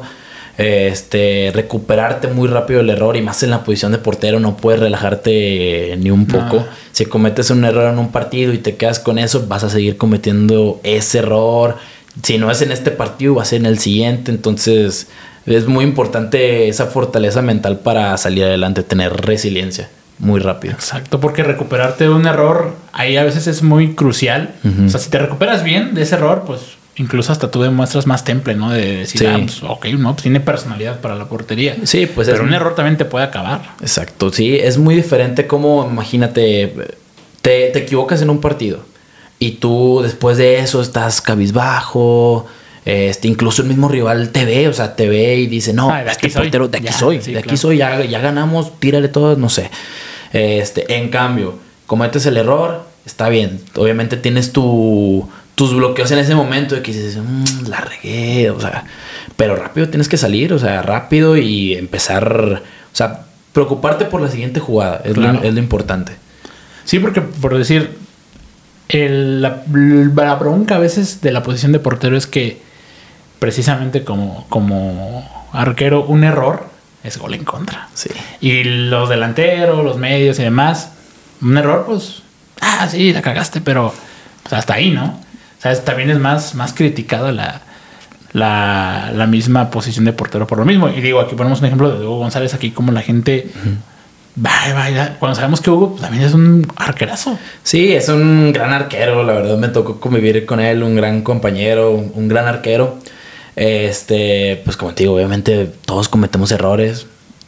recuperarte muy rápido el error, y más en la posición de portero no puedes relajarte ni un poco. No. Si cometes un error en un partido y te quedas con eso, vas a seguir cometiendo ese error. Si no es en este partido, va a ser en el siguiente. Entonces es muy importante esa fortaleza mental para salir adelante, tener resiliencia muy rápido. Exacto, porque recuperarte de un error ahí a veces es muy crucial. O sea, si te recuperas bien de ese error, pues incluso hasta tú demuestras más temple, ¿no? De decir, sí, pues, ok, no, pues tiene personalidad para la portería. Sí, pues pero un error también te puede acabar. Exacto, sí, es muy diferente como, imagínate, te equivocas en un partido y tú después de eso estás cabizbajo, incluso el mismo rival te ve y dice, no, este portero de aquí soy, sí, de aquí soy, ya ganamos, tírale todo, no sé. En cambio, cometes el error, está bien, obviamente tienes tus bloqueos en ese momento de que dices, la regué, o sea, pero rápido tienes que salir, o sea, rápido y empezar, o sea, preocuparte por la siguiente jugada, es lo importante. Sí, porque por decir, la bronca a veces de la posición de portero es que precisamente como arquero, un error es gol en contra. Sí. Y los delanteros, los medios y demás, un error, pues, sí, la cagaste, pero pues, hasta ahí, ¿no? ¿Sabes? También es más criticada la misma posición de portero por lo mismo. Y digo, aquí ponemos un ejemplo de Hugo González, aquí como la gente va, cuando sabemos que Hugo también es un arquerazo. Sí, es un gran arquero, la verdad me tocó convivir con él, un gran compañero, un gran arquero. Pues como te digo, obviamente todos cometemos errores,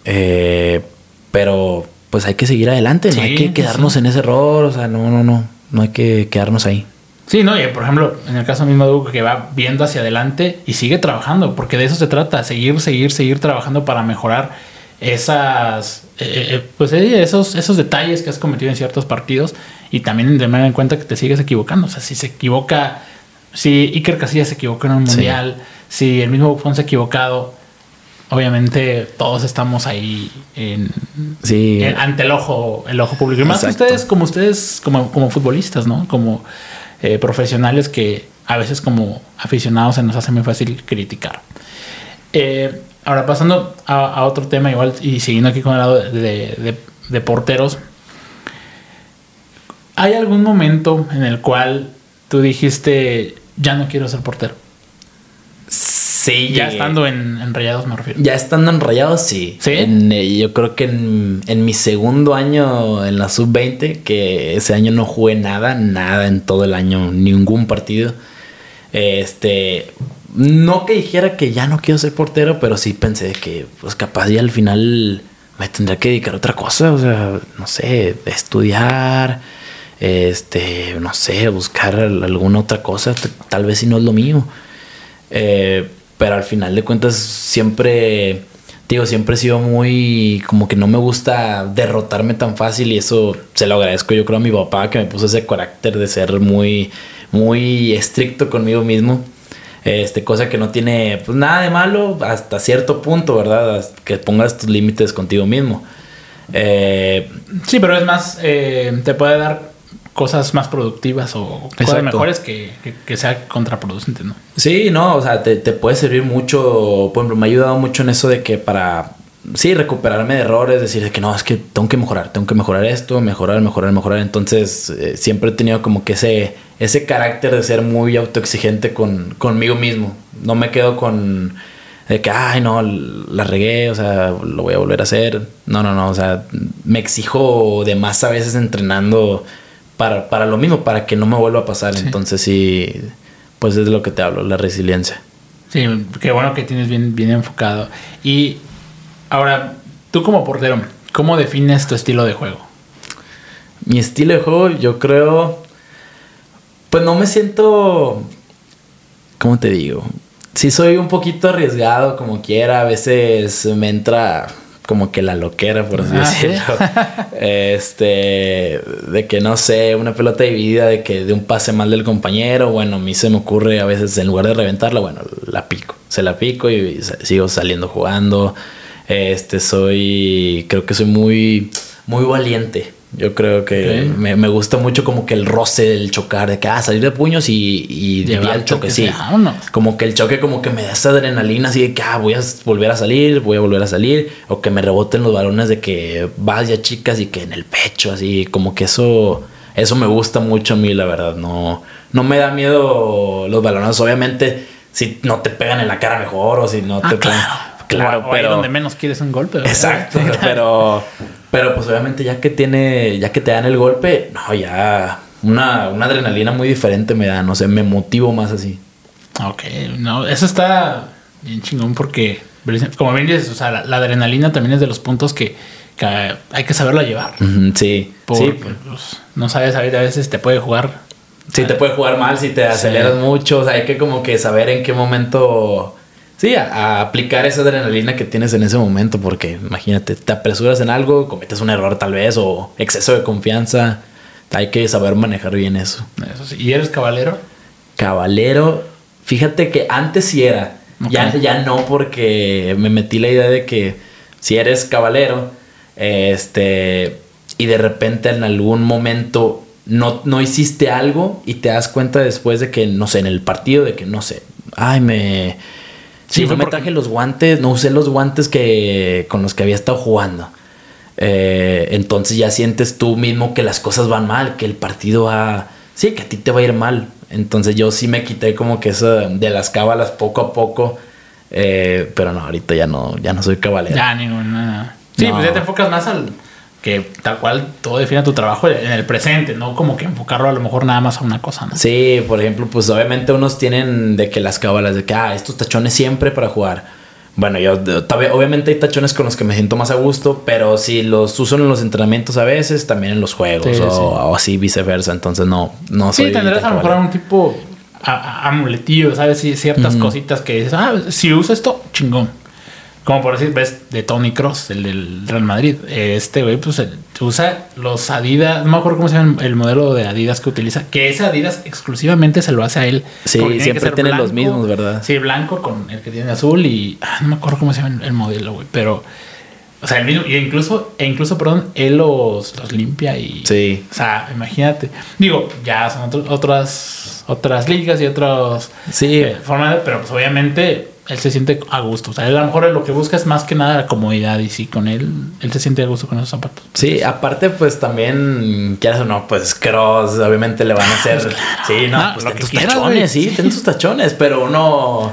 pero pues hay que seguir adelante, no hay que quedarnos en ese error, o sea, no hay que quedarnos ahí. Sí, no, y por ejemplo, en el caso mismo de Hugo, que va viendo hacia adelante y sigue trabajando, porque de eso se trata, seguir trabajando para mejorar esos detalles que has cometido en ciertos partidos, y también tener en cuenta que te sigues equivocando. O sea, si Iker Casillas se equivocó en un mundial, si el mismo Buffon se ha equivocado, obviamente todos estamos ahí ante el ojo público. Y más ustedes como futbolistas, ¿no? Como profesionales, que a veces como aficionados se nos hace muy fácil criticar. Ahora pasando a otro tema igual, y siguiendo aquí con el lado de porteros, ¿hay algún momento en el cual tú dijiste, ya no quiero ser portero? Sí. Ya estando en Rayados me refiero. Ya estando en Rayados, sí. ¿Sí? Yo creo que en mi segundo año en la sub-20, que ese año no jugué nada en todo el año, ningún partido. No que dijera que ya no quiero ser portero, pero sí pensé que pues capaz ya al final me tendría que dedicar a otra cosa. O sea, no sé, estudiar, no sé, buscar alguna otra cosa. Tal vez si no es lo mío. Pero al final de cuentas siempre he sido muy... Como que no me gusta derrotarme tan fácil y eso se lo agradezco yo creo a mi papá, que me puso ese carácter de ser muy, muy estricto conmigo mismo. Cosa que no tiene pues nada de malo hasta cierto punto, ¿verdad? Hasta que pongas tus límites contigo mismo. Sí, pero es más, te puede dar cosas más productivas o cosas mejores que sea contraproducente, ¿no? Sí, no, o sea, te puede servir mucho. Por ejemplo, me ha ayudado mucho en eso de que para, sí, recuperarme de errores, decir de que no, es que tengo que mejorar esto, mejorar. Entonces, siempre he tenido como que ese carácter de ser muy autoexigente conmigo mismo. No me quedo con de que, ay, no, la regué, o sea, lo voy a volver a hacer. No, o sea, me exijo de más a veces entrenando para lo mismo, para que no me vuelva a pasar. Sí. Entonces sí, pues es de lo que te hablo, la resiliencia. Sí, qué bueno que tienes bien enfocado. Y ahora, tú como portero, ¿cómo defines tu estilo de juego? Mi estilo de juego, yo creo, pues no me siento, ¿cómo te digo? Sí soy un poquito arriesgado como quiera, a veces me entra como que la loquera, por así decirlo. ¿Sí? De que no sé, una pelota dividida, de un pase mal del compañero. Bueno, a mí se me ocurre a veces, en lugar de reventarla, bueno, se la pico y sigo saliendo jugando. Creo que soy muy, muy valiente. Yo creo que me gusta mucho como que el roce, el chocar, de que salir de puños y llevar el choque, sí. Como que el choque como que me da esa adrenalina así de que voy a volver a salir, o que me reboten los balones de que vas ya chicas y que en el pecho, así, como que eso me gusta mucho a mí, la verdad. No me da miedo los balones, obviamente si no te pegan en la cara mejor o si no te pegan. Claro, pero ahí donde menos quieres un golpe, ¿verdad? Exacto, pero pues obviamente ya que te dan el golpe, no, ya una adrenalina muy diferente me da, no sé, me motivo más así. Ok, no, eso está bien chingón porque, como bien dices, o sea, la adrenalina también es de los puntos que hay que saberla llevar. Sí, porque, pues, no sabes, a veces te puede jugar. Sí, te puede jugar mal si te aceleras mucho, o sea, hay que como que saber en qué momento... Sí, a aplicar esa adrenalina que tienes en ese momento, porque imagínate, te apresuras en algo, cometes un error tal vez, o exceso de confianza. Hay que saber manejar bien eso. Eso sí. ¿Y eres caballero? Caballero, fíjate que antes sí era. Okay. Ya no, porque me metí la idea de que si eres caballero, y de repente en algún momento no hiciste algo y te das cuenta después de que, no sé, en el partido, de que, no sé, Sí, no me traje los guantes, no usé los guantes con los que había estado jugando. Entonces ya sientes tú mismo que las cosas van mal, que el partido sí, que a ti te va a ir mal. Entonces yo sí me quité como que eso de las cábalas poco a poco. Pero no, ahorita ya no soy caballero. Ya, ninguna. Sí, no. Pues ya te enfocas más al que tal cual todo define tu trabajo en el presente, no como que enfocarlo a lo mejor nada más a una cosa, ¿no? Sí, por ejemplo, pues obviamente unos tienen de que las cábalas de que estos tachones siempre para jugar. Bueno, yo obviamente hay tachones con los que me siento más a gusto, pero sí los uso en los entrenamientos a veces, también en los juegos, sí, o así viceversa. Entonces no soy. Sí, tendrás a lo mejor un tipo amuletillo, ¿sabes? Sí, ciertas cositas que dices, si uso esto, chingón. Como por decir, ves de Toni Kroos, el del Real Madrid. Güey, pues usa los Adidas. No me acuerdo cómo se llama el modelo de Adidas que utiliza. Que ese Adidas exclusivamente se lo hace a él. Sí, siempre tiene los mismos, ¿verdad? Sí, blanco con el que tiene azul y... no me acuerdo cómo se llama el modelo, güey. Pero... O sea, el mismo... E incluso, perdón, él los limpia y... Sí. O sea, imagínate. Digo, ya son otras ligas y otras... Sí. Formas, pero pues obviamente... Él se siente a gusto. O sea, él a lo mejor lo que busca es más que nada la comodidad. Y sí, con él se siente a gusto con esos zapatos. Sí, aparte, pues también, quieras o no, pues Kroos, obviamente le van a hacer. Pues, claro. Sí, no, pues ten tus tachones, sí, ten tus tachones, pero uno.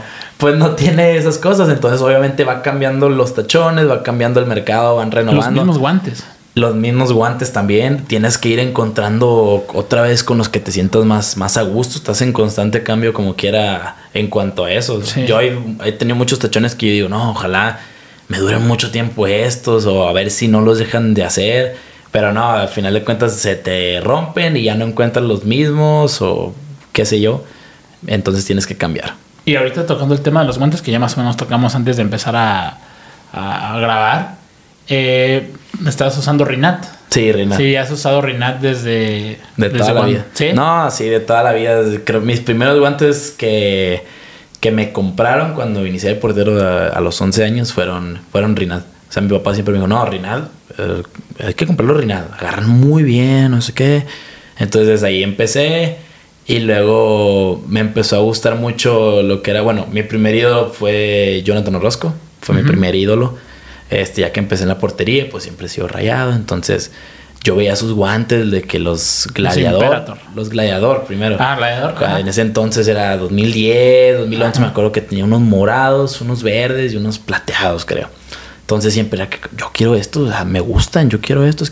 pues no tiene esas cosas. Entonces obviamente va cambiando los tachones, va cambiando el mercado, van renovando. Los mismos guantes. Los mismos guantes también. Tienes que ir encontrando otra vez con los que te sientas más a gusto. Estás en constante cambio como quiera en cuanto a eso. Sí. Yo he tenido muchos tachones que yo digo, no, ojalá me duren mucho tiempo estos, o a ver si no los dejan de hacer. Pero no, al final de cuentas se te rompen y ya no encuentras los mismos o qué sé yo. Entonces tienes que cambiar. Y ahorita tocando el tema de los guantes, que ya más o menos tocamos antes de empezar a grabar. ¿Estabas usando Rinat? Sí, Rinat. Sí, has usado Rinat desde toda la vida. ¿Sí? No, sí, de toda la vida. Creo mis primeros guantes que me compraron cuando inicié de portero a los 11 años fueron Rinat. O sea, mi papá siempre me dijo, no, Rinat, hay que comprarlo Rinat. Agarran muy bien, no sé qué. Entonces ahí empecé. Y luego me empezó a gustar mucho lo que era... Bueno, mi primer ídolo fue Jonathan Orozco. Fue mi primer ídolo. Ya que empecé en la portería, pues siempre he sido Rayado. Entonces, yo veía sus guantes de que los Gladiador. Los Gladiador primero. Ah, Gladiador. En ese entonces era 2010, 2011. Me acuerdo que tenía unos morados, unos verdes y unos plateados, creo. Entonces siempre era que yo quiero estos, o sea, me gustan, yo quiero estos.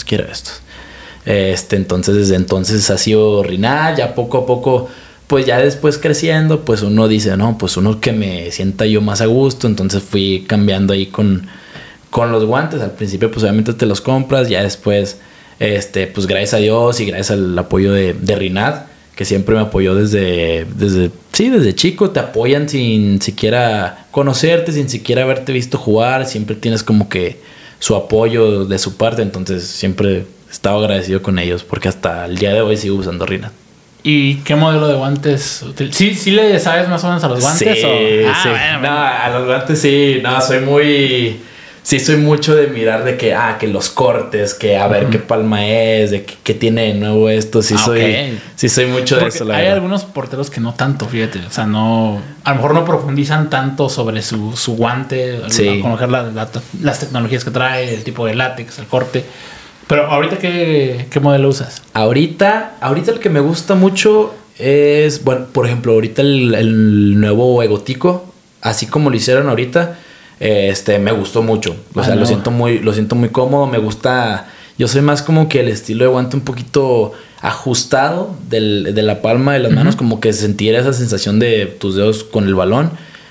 Entonces, desde entonces ha sido Rinat. Ya poco a poco, pues ya después creciendo, pues uno dice, no, pues uno que me sienta yo más a gusto. Entonces fui cambiando ahí con los guantes. Al principio, pues obviamente te los compras. Ya después, pues gracias a Dios y gracias al apoyo de Rinat, que siempre me apoyó desde chico. Te apoyan sin siquiera conocerte, sin siquiera haberte visto jugar. Siempre tienes como que su apoyo de su parte. Entonces siempre estaba agradecido con ellos, porque hasta el día de hoy sigo usando Rinat. ¿Y qué modelo de guantes utilizas? ¿Sí le sabes más o menos a los guantes? Sí, ¿o? Sí. Bueno. No, a los guantes sí. No, soy mucho de mirar de que los cortes, que a ver qué palma es, de qué tiene de nuevo esto. Sí soy mucho de eso, la hay verdad. algunos porteros que no tanto, fíjate. O sea, no... A lo mejor no profundizan tanto sobre su guante. Sí. Conocer las tecnologías que trae, el tipo de látex, el corte. Pero ahorita, ¿qué modelo usas? Ahorita el que me gusta mucho es... Bueno, por ejemplo, ahorita el nuevo Egotico, así como lo hicieron ahorita... me gustó mucho. O sea, lo siento muy cómodo. Me gusta. Yo soy más como que el estilo de guante un poquito ajustado de la palma de las manos, como que sentir esa sensación de tus dedos con el balón.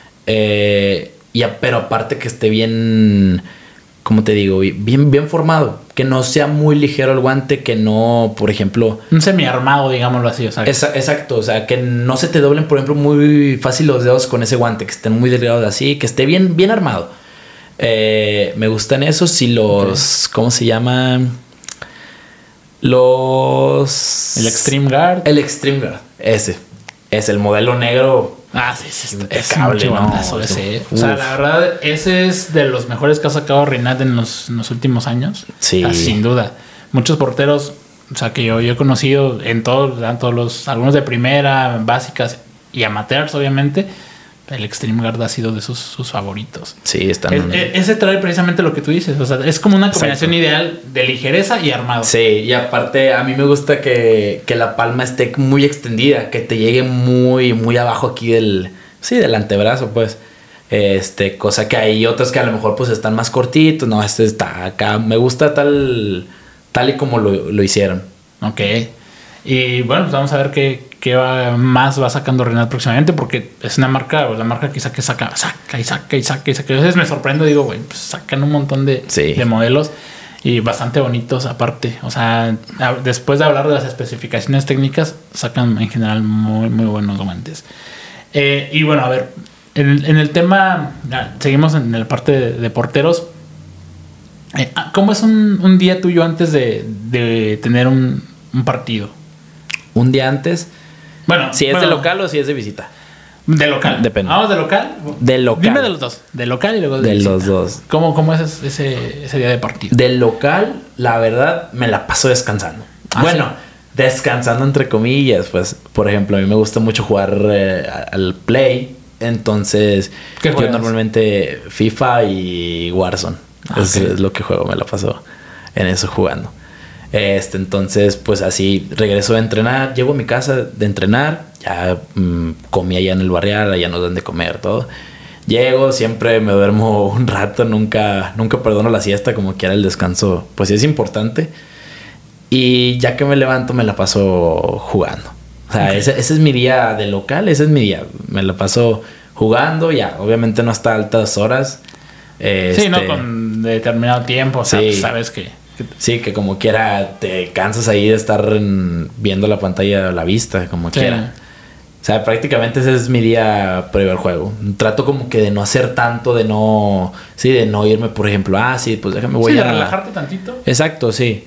Pero aparte que esté bien, ¿cómo te digo? Bien formado. Que no sea muy ligero el guante, que no, por ejemplo... Un semiarmado, digámoslo así. O sea, exacto. O sea, que no se te doblen, por ejemplo, muy fácil los dedos con ese guante. Que estén muy delgados así. Que esté bien armado. Me gustan esos. Y los... Okay. ¿Cómo se llaman? Los... El Extreme Guard. El Extreme Guard. Ese. Es el modelo negro. Sí. Es impecable, ¿no? Ese. O sea, la verdad, ese es de los mejores que ha sacado Rinat en los últimos años. Sí. Sin duda. Muchos porteros, o sea, que yo he conocido en todos algunos de primera, básicas y amateurs, obviamente. El Extreme Guard ha sido de sus favoritos. Sí, están... Ese trae precisamente lo que tú dices. O sea, es como una combinación ideal de ligereza y armado. Sí, y aparte a mí me gusta que la palma esté muy extendida. Que te llegue muy abajo aquí del antebrazo, pues. Cosa que hay otras que a lo mejor pues están más cortitos. No, está acá. Me gusta tal y como lo hicieron. Ok. Y bueno, pues vamos a ver qué más va sacando Rinat próximamente, porque es una marca, la marca quizá que saca. A veces me sorprendo, digo, güey, pues sacan un montón de modelos y bastante bonitos aparte. O sea, después de hablar de las especificaciones técnicas, sacan en general muy, muy buenos guantes. Y bueno, a ver, en el tema, seguimos en la parte de porteros. ¿Cómo es un día tuyo antes de tener un partido? Un día antes. Bueno, si es de local o si es de visita. De local. Depende. ¿Vamos de local? De local. Dime de los dos. De local y luego de visita. Los dos. ¿Cómo es ese día de partido? Del local, la verdad, me la paso descansando. Bueno, ¿sí? Descansando entre comillas. Pues, por ejemplo, a mí me gusta mucho jugar al Play. Entonces, yo normalmente FIFA y Warzone. Es lo que juego. Me la paso en eso jugando. Entonces, pues así regreso a entrenar, llego a mi casa de entrenar, ya comí allá en el barrial, allá nos dan de comer, todo. Llego, siempre me duermo un rato, nunca perdono la siesta, como quiera el descanso, pues sí es importante. Y ya que me levanto, me la paso jugando. O sea, ese es mi día de local, ese es mi día. Me la paso jugando, ya, obviamente no hasta altas horas. Sí, no con determinado tiempo, o sea, sí, pues sabes que... Sí, que como quiera te cansas ahí de estar viendo la pantalla a la vista, como quiera. O sea, prácticamente ese es mi día previo al juego. Trato como que de no hacer tanto, de no irme, por ejemplo, sí, pues déjame voy a... relajarte tantito. Exacto, sí.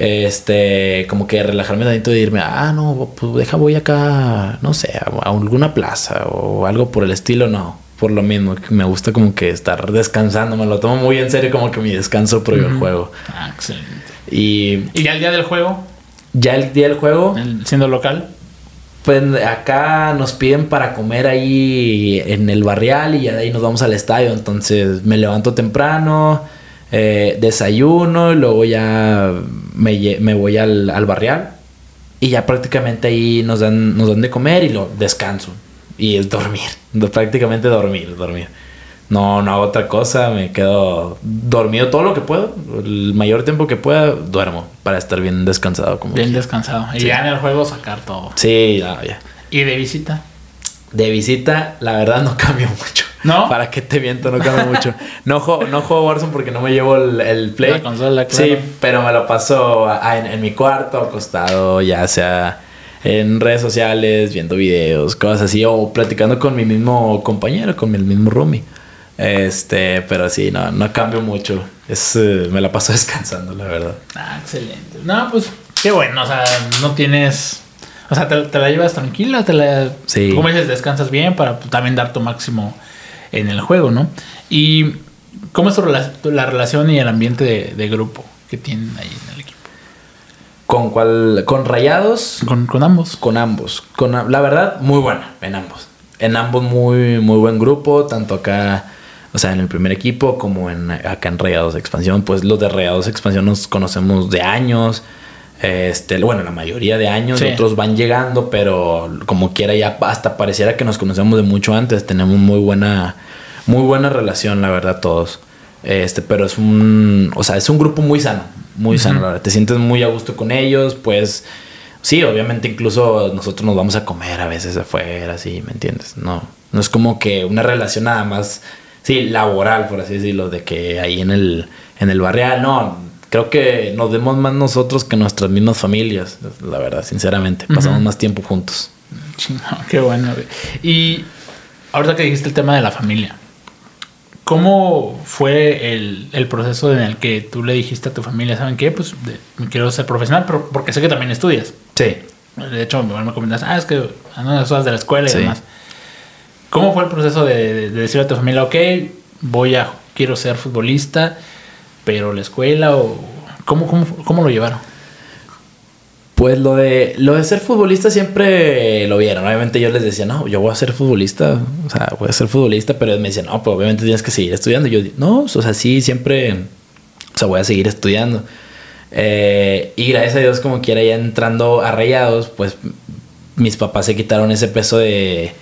Como que relajarme tantito de irme, no, pues voy acá, no sé, a alguna plaza o algo por el estilo, no. Por lo mismo, que me gusta como que estar descansando, me lo tomo muy en serio como que mi descanso previo al juego. Excelente. ¿Y ya el día del juego? Ya el día del juego. Siendo local. Pues acá nos piden para comer ahí en el barrial y ya de ahí nos vamos al estadio. Entonces me levanto temprano, desayuno y luego ya me voy al barrial y ya prácticamente ahí nos dan de comer y lo descanso. Y es dormir, prácticamente dormir. No hago otra cosa, me quedo dormido todo lo que puedo. El mayor tiempo que pueda, duermo para estar bien descansado. Bien descansado. Y ya en el juego sacar todo. Sí, ya. ¿Y de visita? De visita, la verdad no cambio mucho. ¿No? ¿Para qué te miento? No cambio mucho. No juego Warzone porque no me llevo el Play. La consola, claro. Sí, pero me lo paso en mi cuarto, acostado, ya sea en redes sociales, viendo videos, cosas así, o platicando con mi mismo compañero, con mi mismo roomie. Pero sí, no cambio mucho. Me la paso descansando, la verdad. Excelente. No, pues qué bueno, o sea, no tienes... O sea, te la llevas tranquila, sí. Como dices, descansas bien para también dar tu máximo en el juego, ¿no? Y ¿cómo es la relación y el ambiente de grupo que tienen ahí en el equipo? ¿Con cuál? ¿Con Rayados? Con ambos. Con ambos. La verdad, muy buena en ambos. En ambos muy, muy buen grupo, tanto acá... O sea, en el primer equipo como acá en Rayados Expansión. Pues los de Rayados Expansión nos conocemos de años. Bueno, la mayoría de años. Sí. Otros van llegando, pero como quiera ya hasta pareciera que nos conocemos de mucho antes. Tenemos muy buena relación, la verdad, todos. Pero es un grupo muy sano. Muy sano, la verdad. Te sientes muy a gusto con ellos, pues... Sí, obviamente incluso nosotros nos vamos a comer a veces afuera, así, ¿me entiendes? No es como que una relación nada más... Sí, laboral, por así decirlo, de que ahí en el barrial, no, creo que nos vemos más nosotros que nuestras mismas familias, la verdad, sinceramente, pasamos más tiempo juntos. Qué bueno, güey. Y ahorita que dijiste el tema de la familia, ¿cómo fue el proceso en el que tú le dijiste a tu familia, ¿saben qué? Pues quiero ser profesional, pero porque sé que también estudias. Sí. De hecho, me comentas, es que ando en las cosas de la escuela y demás. ¿Cómo fue el proceso de decirle a tu familia, quiero ser futbolista, pero la escuela o cómo lo llevaron? Pues lo de ser futbolista siempre lo vieron. Obviamente yo les decía, no, yo voy a ser futbolista, pero me decían, no, pues obviamente tienes que seguir estudiando. Y yo, no, o sea, sí, siempre, o sea, voy a seguir estudiando. Y gracias a Dios, como quiera, ya entrando a Rayados, pues mis papás se quitaron ese peso de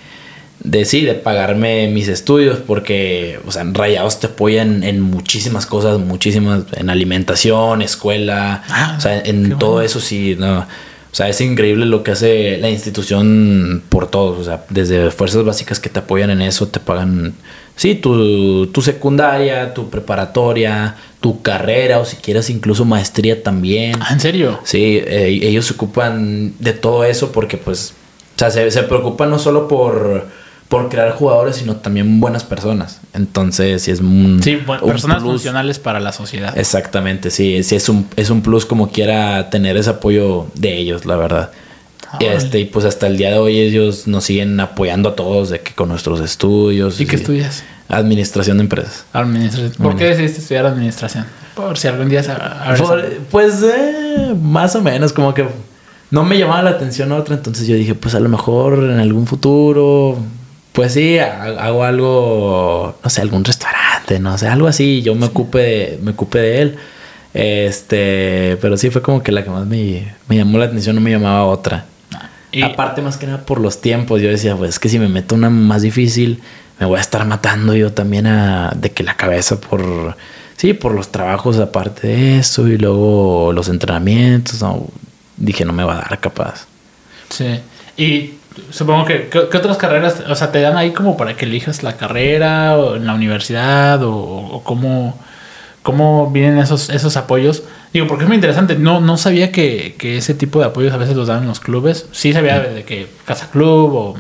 pagarme mis estudios, porque, o sea, Rayados te apoyan en muchísimas cosas, en alimentación, escuela, o sea, en todo bueno. Eso sí, no, o sea, es increíble lo que hace la institución por todos, o sea, desde fuerzas básicas que te apoyan en eso, te pagan, sí, tu secundaria, tu preparatoria, tu carrera, o si quieres incluso maestría también. ¿En serio? Sí, ellos se ocupan de todo eso porque, pues, o sea, se preocupan no solo por crear jugadores, sino también buenas personas. Entonces, sí es personas funcionales para la sociedad. Exactamente, sí es un plus como quiera tener ese apoyo de ellos, la verdad. Y pues hasta el día de hoy ellos nos siguen apoyando a todos de que con nuestros estudios. ¿Y qué estudias? Administración de empresas. ¿Por qué decidiste estudiar administración? Por si algún día pues más o menos, como que no me llamaba la atención otra, entonces yo dije, pues a lo mejor en algún futuro, pues sí, hago algo, no sé, algún restaurante, no sé, algo así, yo me ocupe de él. Pero sí fue como que la que más me llamó la atención, no me llamaba otra. Y aparte, más que nada por los tiempos, yo decía, pues es que si me meto una más difícil, me voy a estar matando yo también de que la cabeza por los trabajos aparte de eso y luego los entrenamientos. No, dije, no me va a dar capaz. Sí. Y supongo que ¿qué otras carreras, o sea, te dan ahí como para que elijas la carrera o en la universidad o cómo vienen esos apoyos? Digo, porque es muy interesante. No sabía que ese tipo de apoyos a veces los dan en los clubes. Sí sabía de que casa club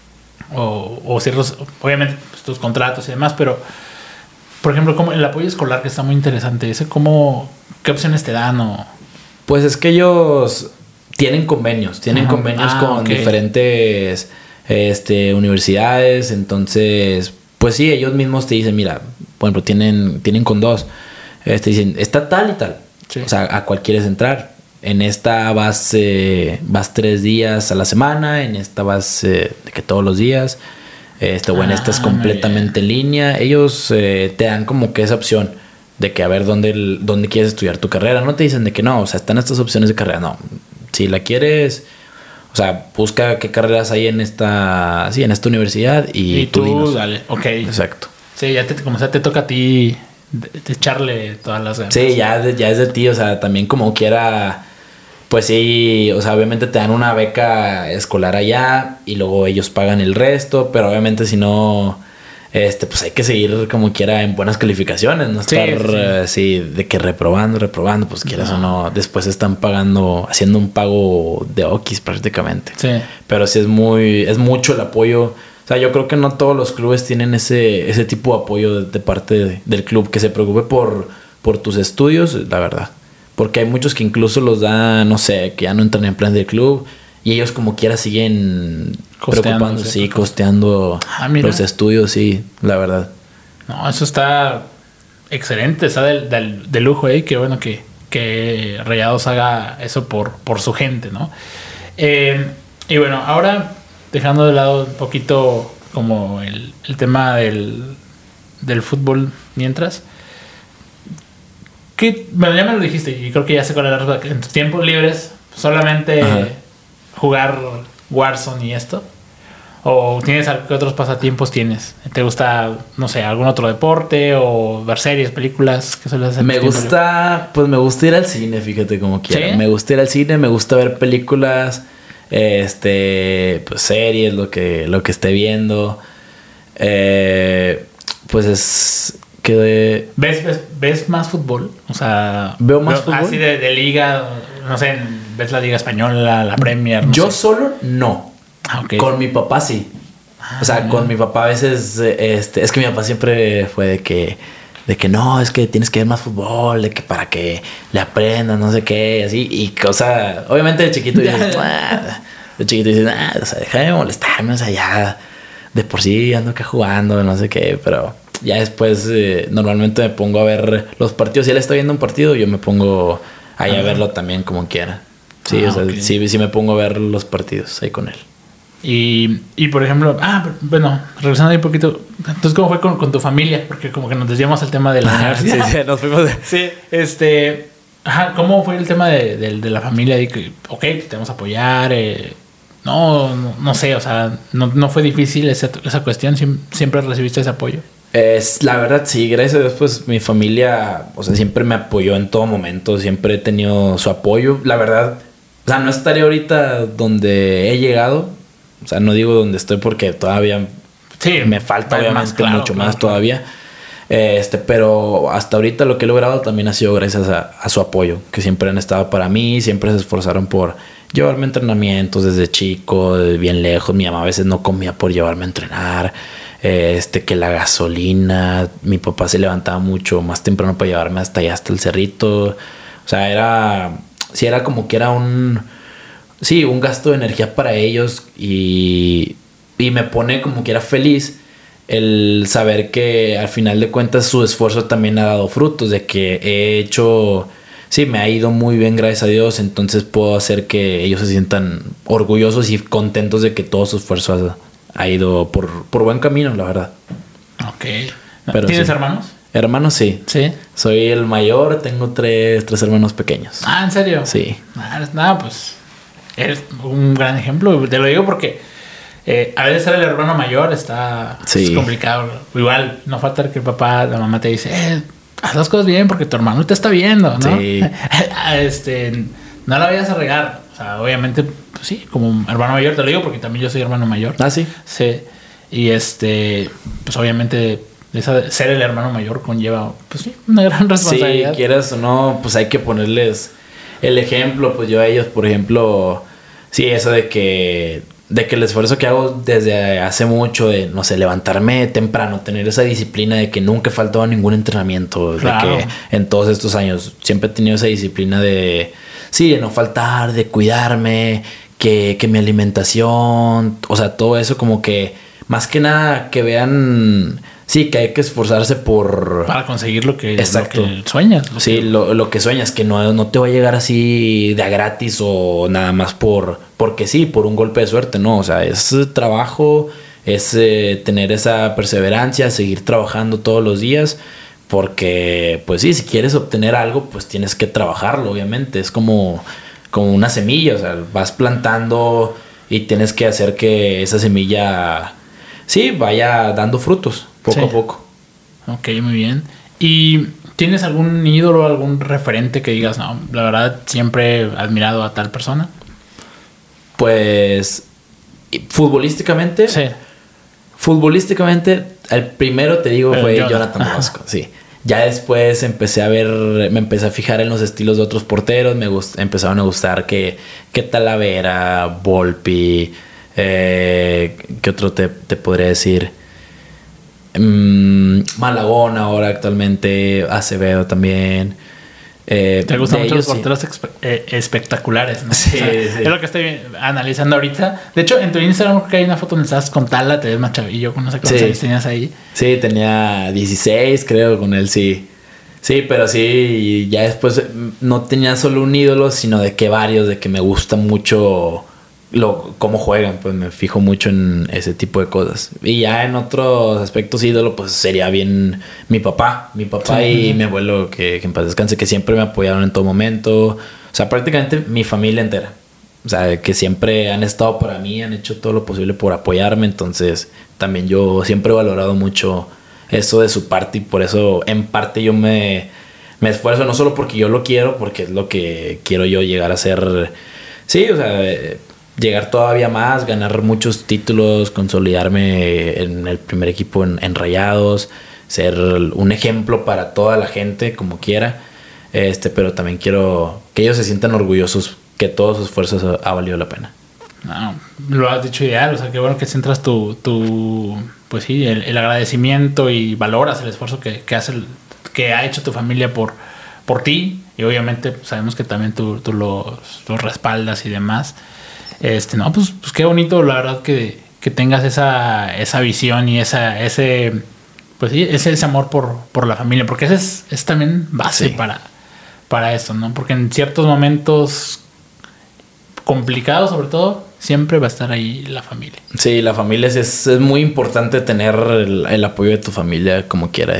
o ciertos, obviamente, pues, tus contratos y demás, pero por ejemplo, como el apoyo escolar, que está muy interesante, ¿qué opciones te dan? Pues es que ellos tienen convenios con diferentes universidades, entonces, pues sí, ellos mismos te dicen, mira, por ejemplo, tienen con dos, dicen, está tal y tal, sí. O sea, ¿a cuál quieres entrar? En esta vas 3 días a la semana, en esta vas de que todos los días, o en esta es completamente en línea. Ellos te dan como que esa opción de que a ver dónde quieres estudiar tu carrera. No te dicen de que no, o sea, están estas opciones de carrera. No, si la quieres, o sea, busca qué carreras hay en esta universidad y tú dinos. Dale, ok. Exacto. Sí, ya como sea, te toca a ti de echarle todas las ganas. Sí, ya es de ti, o sea, también como quiera. Pues sí, o sea, obviamente te dan una beca escolar allá y luego ellos pagan el resto, pero obviamente si no, pues hay que seguir como quiera en buenas calificaciones, no estar de que reprobando, pues quieras o no, después están haciendo un pago de okis prácticamente. Sí. Pero sí es mucho el apoyo. O sea, yo creo que no todos los clubes tienen ese tipo de apoyo de parte del club que se preocupe por tus estudios, la verdad. Porque hay muchos que incluso los dan, no sé, que ya no entran en plan del club y ellos como quiera siguen preocupándose, costeando los estudios, sí, la verdad. No, eso está excelente, está de lujo, qué bueno que Rayados haga eso por su gente, ¿no? Y bueno, ahora dejando de lado un poquito como el tema del fútbol mientras... Bueno, ya me lo dijiste y creo que ya sé cuál es la respuesta. En tus tiempos libres, solamente jugar Warzone y esto. ¿O tienes qué otros pasatiempos tienes? ¿Te gusta, no sé, algún otro deporte o ver series, películas? ¿Qué sueles hacer? Me gusta ir al cine, fíjate, como quiera. ¿Sí? Me gusta ir al cine, me gusta ver películas, pues series, lo que esté viendo. Pues es que ¿Ves más fútbol? O sea, ¿veo más fútbol? Así de liga, no sé, ¿ves la Liga Española, la Premier? Yo solo no. Okay. Con mi papá sí. O sea, con mi papá a veces, es que mi papá siempre fue de que no, es que tienes que ver más fútbol, de que para que le aprendas, no sé qué, así, y cosa, obviamente de chiquito dices, o sea, deja de molestarme, o sea, ya de por sí ando acá jugando, no sé qué, pero ya después normalmente me pongo a ver los partidos. Si él está viendo un partido, yo me pongo ahí a verlo también como quiera. Sí, o sea, okay. sí me pongo a ver los partidos ahí con él. Y por ejemplo, bueno, regresando ahí un poquito, entonces, ¿cómo fue con tu familia? Porque como que nos desviamos al tema de la universidad. Sí, nos fuimos Sí, ¿cómo fue el tema de la familia? De que, ok, te vamos a apoyar, no sé, o sea, no fue difícil esa cuestión, siempre recibiste ese apoyo. La verdad, sí, gracias a Dios, pues mi familia, o sea, siempre me apoyó en todo momento, siempre he tenido su apoyo. La verdad, o sea, no estaría ahorita donde he llegado, o sea, no digo donde estoy porque todavía me falta obviamente mucho más todavía. Pero hasta ahorita lo que he logrado también ha sido gracias a su apoyo, que siempre han estado para mí, siempre se esforzaron por llevarme a entrenamientos desde chico, de bien lejos. Mi mamá a veces no comía por llevarme a entrenar. Que la gasolina, mi papá se levantaba mucho más temprano para llevarme hasta allá, hasta el cerrito. O sea, era como que era un gasto de energía para ellos y me pone como que era feliz el saber que al final de cuentas su esfuerzo también ha dado frutos, de que he hecho, me ha ido muy bien, gracias a Dios, entonces puedo hacer que ellos se sientan orgullosos y contentos de que todo su esfuerzo ha ido por buen camino, la verdad. Ok. Pero ¿tienes hermanos? Hermanos, sí. Sí. Soy el mayor, tengo tres hermanos pequeños. ¿En serio? Sí. Nada, pues eres un gran ejemplo. Te lo digo porque a veces ser el hermano mayor está es complicado. Igual, no falta que el papá, la mamá te dice, haz las cosas bien porque tu hermano te está viendo, ¿no? Sí. No la vayas a regar. O sea, obviamente, pues sí, como hermano mayor te lo digo porque también yo soy hermano mayor. Sí. Sí. Y pues obviamente ser el hermano mayor conlleva, pues sí, una gran responsabilidad. Sí, quieras o no, pues hay que ponerles el ejemplo. Pues yo a ellos, por ejemplo, sí, eso de que el esfuerzo que hago desde hace mucho, de, no sé, levantarme temprano, tener esa disciplina de que nunca he faltado a ningún entrenamiento, claro. De que en todos estos años siempre he tenido esa disciplina de no faltar, de cuidarme, que mi alimentación, o sea, todo eso como que, más que nada, que vean... Sí, que hay que esforzarse para conseguir lo que sueñas. Lo que sueñas, que no te va a llegar así de a gratis o nada más porque sí, por un golpe de suerte, no. O sea, es trabajo, es tener esa perseverancia, seguir trabajando todos los días, porque pues sí, si quieres obtener algo, pues tienes que trabajarlo, obviamente. Es como una semilla, o sea, vas plantando y tienes que hacer que esa semilla, sí, vaya dando frutos. Poco a poco. Ok, muy bien. ¿Y tienes algún ídolo, algún referente que digas, no, la verdad siempre he admirado a tal persona? Pues, futbolísticamente. Sí. Futbolísticamente, el primero te digo fue Jonathan Orozco, sí. Ya después me empecé a fijar en los estilos de otros porteros. Empezaron a gustar que Talavera, Volpi, ¿qué otro te podría decir? Malagón ahora actualmente, Acevedo también. Te gustan mucho los porteros espectaculares, ¿no? Sí, o sea, sí. Es lo que estoy analizando ahorita. De hecho, en tu Instagram creo que hay una foto donde estás con Tala, te ves más chavillo, no sé cuántos años tenías ahí. Sí, tenía 16 creo con él, sí. Sí, pero sí, ya después no tenía solo un ídolo, sino de que varios, de que me gusta mucho cómo juegan, pues me fijo mucho en ese tipo de cosas. Y ya en otros aspectos ídolo, pues sería bien mi papá y mi abuelo, que en paz descanse, que siempre me apoyaron en todo momento. O sea, prácticamente mi familia entera. O sea, que siempre han estado para mí, han hecho todo lo posible por apoyarme. Entonces, también yo siempre he valorado mucho eso de su parte, y por eso en parte yo me esfuerzo, no solo porque yo lo quiero, porque es lo que quiero yo llegar a ser. Sí, o sea, llegar todavía más, ganar muchos títulos, consolidarme en el primer equipo en Rayados, ser un ejemplo para toda la gente como quiera, pero también quiero que ellos se sientan orgullosos que todos sus esfuerzos ha valido la pena. No, lo has dicho ideal, o sea, qué bueno que centras pues sí, el agradecimiento y valoras el esfuerzo que ha hecho tu familia por ti, y obviamente pues, sabemos que también tú los respaldas y demás. No, pues qué bonito, la verdad, que tengas esa visión y ese amor por la familia, porque ese es también base para eso, ¿no? Porque en ciertos momentos complicados, sobre todo, siempre va a estar ahí la familia. Sí, la familia es muy importante, tener el apoyo de tu familia como quiera.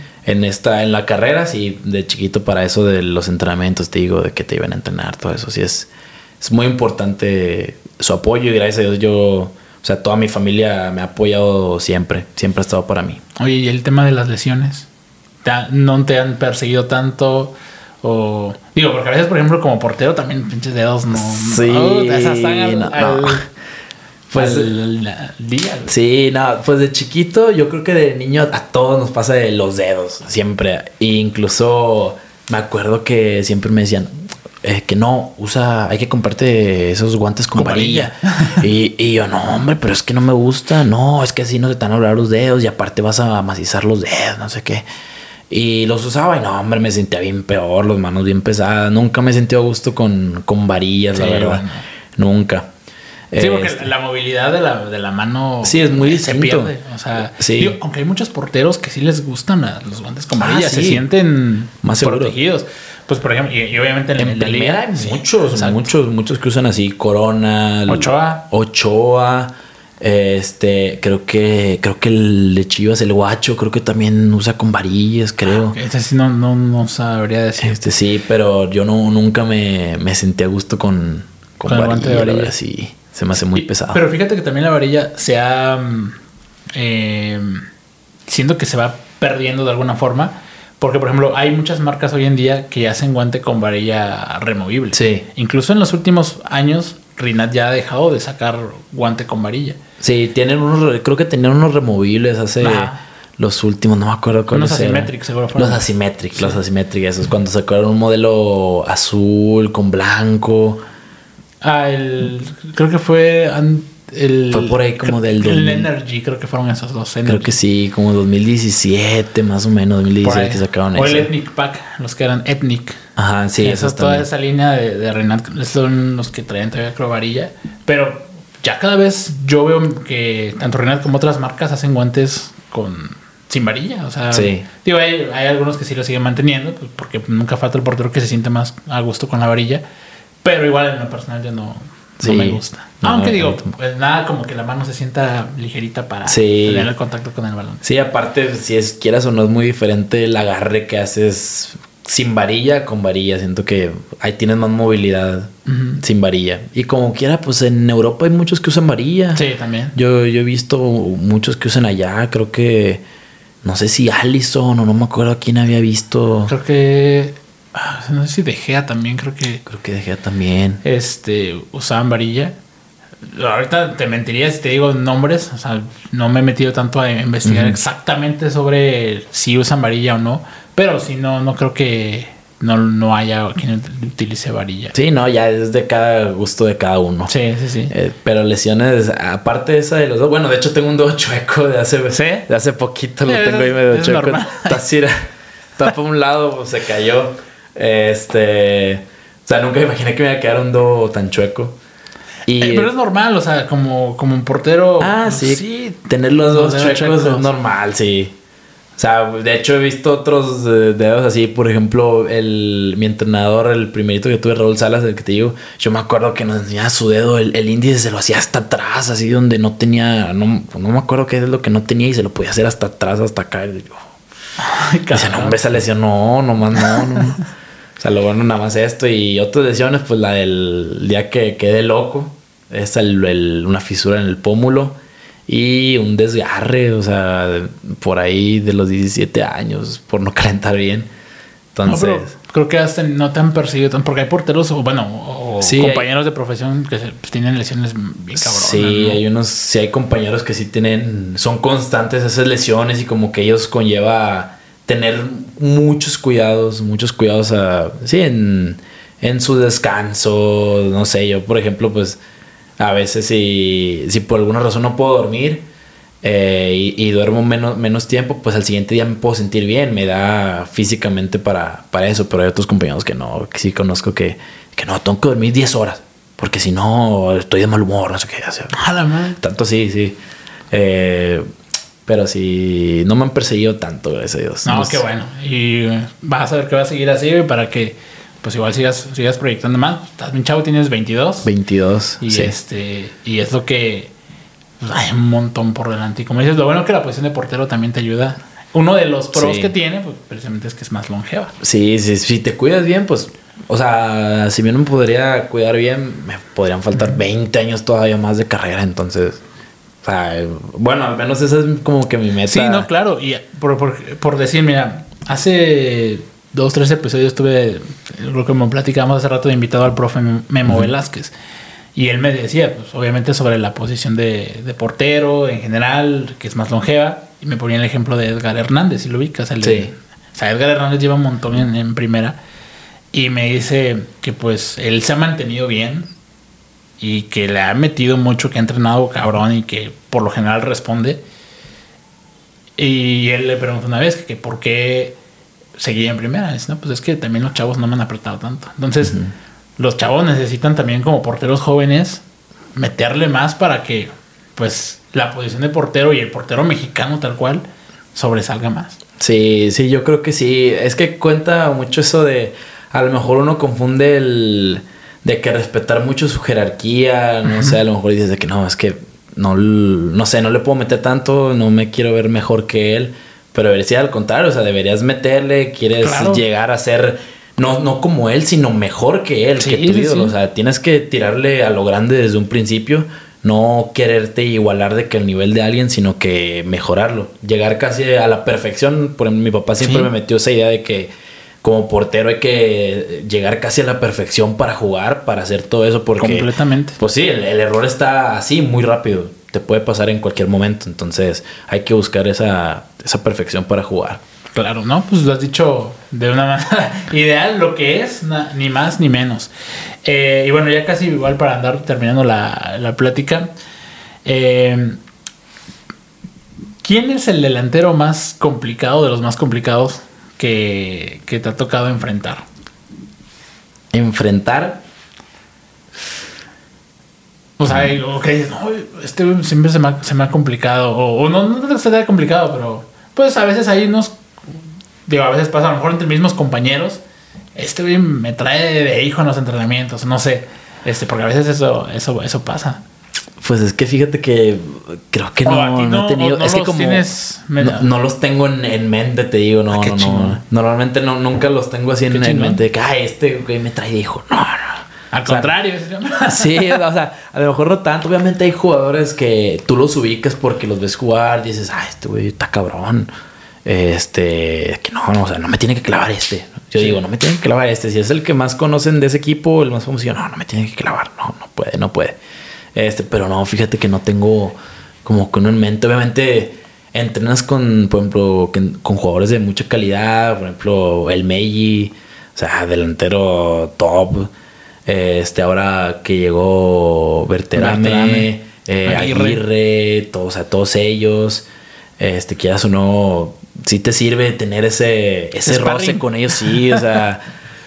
En la carrera, sí, de chiquito, para eso de los entrenamientos, te digo, de que te iban a entrenar, todo eso, sí es muy importante su apoyo, y gracias a Dios o sea, toda mi familia me ha apoyado siempre ha estado para mí. Oye, ¿y el tema de las lesiones? ¿No te han perseguido tanto? O digo, porque a veces, por ejemplo, como portero también pinches dedos no. Sí, pues al día. Sí, no, pues de chiquito, yo creo que de niño a todos nos pasa de los dedos, siempre. E incluso me acuerdo que siempre me decían que no, hay que comprarte esos guantes con varilla. Y yo, no, hombre, pero es que no me gusta. No, es que así no se te van a doblar los dedos y aparte vas a amacizar los dedos, no sé qué. Y los usaba y no, hombre, me sentía bien peor, las manos bien pesadas. Nunca me sentí a gusto con varillas, la verdad. Bueno. Nunca. Sí, porque la movilidad de la mano sí es muy distinto. Se pierde. O sea, digo, aunque hay muchos porteros que sí les gustan los guantes con varillas, se sienten más protegidos. Seguro. Pues, por ejemplo, y obviamente en la liga hay muchos que usan así Corona, Ochoa, Creo que el de Chivas, el Guacho, creo que también usa con varillas, creo. Ese sí no sabría decir. Sí, pero yo nunca me sentí a gusto con el guante de varilla. Sí, se me hace muy pesado. Pero fíjate que también la varilla se ha... siento que se va perdiendo de alguna forma. Porque, por ejemplo, hay muchas marcas hoy en día que hacen guante con varilla removible. Sí. Incluso en los últimos años, Rinat ya ha dejado de sacar guante con varilla. Sí, creo que tenían unos removibles hace... Los últimos, no me acuerdo cuáles eran. Los Asymmetric, seguro fueron. Los Asymmetric, esos. Cuando sacaron un modelo azul con blanco. Creo que fue... Fue por ahí como del... El Energy, creo que fueron esos dos. Creo que sí, como 2017 más o menos, 2017 que sacaron eso. O el Ethnic Pack, los que eran Ethnic. Ajá, sí. Toda esa línea de Rinat son los que traían todavía varilla. Pero ya cada vez yo veo que tanto Rinat como otras marcas hacen guantes sin varilla. O sea, digo, hay algunos que sí lo siguen manteniendo, pues porque nunca falta el portero que se siente más a gusto con la varilla. Pero igual en lo personal yo no me gusta. Aunque digo, pues nada como que la mano se sienta ligerita para tener el contacto con el balón. Sí, aparte, si quieras o no, es muy diferente el agarre que haces sin varilla con varilla. Siento que ahí tienes más movilidad sin varilla. Y como quiera, pues en Europa hay muchos que usan varilla. Sí, también. Yo he visto muchos que usan allá. Creo que, no sé si Alisson o no me acuerdo a quién había visto. Creo que... no sé si De Gea también, creo que De Gea también. Usaban varilla. Ahorita te mentiría si te digo nombres. O sea, no me he metido tanto a investigar exactamente sobre si usan varilla o no. Pero si no creo que no haya quien utilice varilla. Sí, no, ya es de cada gusto de cada uno. Sí. Pero lesiones, aparte de esa de los dos. Bueno, de hecho tengo un dedo chueco de hace poquito. Lo tengo ahí medio chueco. Está por un lado, pues, se cayó. O sea, nunca imaginé que me iba a quedar un dedo tan chueco. Pero es normal, o sea, como un portero. Sí, tener los dos chuecos es normal, sí. O sea, de hecho he visto otros dedos así. Por ejemplo, mi entrenador, el primerito que tuve, Raúl Salas, el que te digo, yo me acuerdo que nos enseñaba su dedo, el índice se lo hacía hasta atrás, así donde no tenía, no me acuerdo qué es lo que no tenía y se lo podía hacer hasta atrás, hasta acá. Y yo, dice, no, esa lesión, no. O sea, lo bueno nada más esto. Y otras lesiones, pues la del día que quedé loco, es una fisura en el pómulo y un desgarre, o sea, por ahí de los 17 años, por no calentar bien. Entonces, no, creo que no te han perseguido tanto, porque hay porteros o compañeros de profesión que tienen lesiones bien cabronas. Sí, ¿no? hay compañeros que sí son constantes esas lesiones y como que ellos conlleva tener muchos cuidados en su descanso. No sé, yo por ejemplo, pues a veces si por alguna razón no puedo dormir y duermo menos tiempo, pues al siguiente día me puedo sentir bien, me da físicamente para eso. Pero hay otros compañeros que sí conozco que no, tengo que dormir 10 horas porque si no estoy de mal humor, no sé qué hacer. Tanto sí. Pero sí, no me han perseguido tanto, gracias a Dios. No, qué bueno. Y vas a ver que va a seguir así para que pues igual sigas proyectando más. Estás bien chavo, tienes 22. 22, y sí. Y es lo que... Pues, hay un montón por delante. Y como dices, lo bueno es que la posición de portero también te ayuda. Uno de los pros que tiene, pues precisamente es que es más longeva. Sí, si te cuidas bien, pues... O sea, si bien me podría cuidar bien, me podrían faltar 20 años todavía más de carrera, entonces... O sea, bueno, al menos esa es como que mi meta. Sí, no, claro. Y por decir, mira, hace 2-3 episodios tuve, lo que me platicamos hace rato, de invitado al profe Memo Velázquez. Y él me decía, pues obviamente sobre la posición de portero en general, que es más longeva. Y me ponía el ejemplo de Edgar Hernández, si lo ubicas. Sí. O sea, Edgar Hernández lleva un montón en primera. Y me dice que pues él se ha mantenido bien. Y que le ha metido mucho, que ha entrenado cabrón y que por lo general responde. Y él le preguntó una vez que por qué seguía en primera. Dice, no, pues es que también los chavos no me han apretado tanto. Entonces, los chavos necesitan también como porteros jóvenes meterle más para que pues la posición de portero y el portero mexicano tal cual sobresalga más. Sí, yo creo que sí. Es que cuenta mucho eso de... A lo mejor uno confunde de que respetar mucho su jerarquía, no sé, a lo mejor dices de que no, es que no sé, no le puedo meter tanto, no me quiero ver mejor que él, pero debería ser al contrario, o sea, deberías meterle, quieres llegar a ser, no como él, sino mejor que él, que tu ídolo, o sea, tienes que tirarle a lo grande desde un principio, no quererte igualar de que el nivel de alguien, sino que mejorarlo, llegar casi a la perfección. Por ejemplo, mi papá siempre me metió esa idea de que como portero hay que llegar casi a la perfección para jugar, para hacer todo eso, porque... Completamente. Pues sí, el error está así, muy rápido. Te puede pasar en cualquier momento. Entonces hay que buscar esa perfección para jugar. Claro, ¿no? Pues lo has dicho de una manera ideal, lo que es, ni más ni menos. Y bueno, ya casi igual para andar terminando la plática. ¿Quién es el delantero más complicado, de los más complicados, que te ha tocado enfrentar? ¿Enfrentar? O sea, okay, no, este siempre se me ha complicado. O no se te ha complicado, pero pues a veces hay unos... Digo, a veces pasa a lo mejor entre mismos compañeros. Este güey me trae de hijo en los entrenamientos, no sé. Porque a veces eso pasa. Pues es que fíjate que creo que no he tenido. Es que como no los tengo en mente, te digo, no. Normalmente nunca los tengo así en mente de que este güey me trae de hijo. No. Al contrario. Sí, o sea, a lo mejor no tanto. Obviamente hay jugadores que tú los ubicas porque los ves jugar, dices, este güey está cabrón. Que no, o sea, no me tiene que clavar este. Yo digo, no me tiene que clavar este. Si es el que más conocen de ese equipo, el más famoso, no me tiene que clavar. No puede. Pero no, fíjate que no tengo como que uno en mente. Obviamente entrenas con, por ejemplo, con jugadores de mucha calidad. Por ejemplo, el Meiji, o sea, delantero top. Ahora que llegó Berterame, Aguirre, todos ellos. Quieras o no, sí te sirve tener ese roce con ellos, sí, o sea,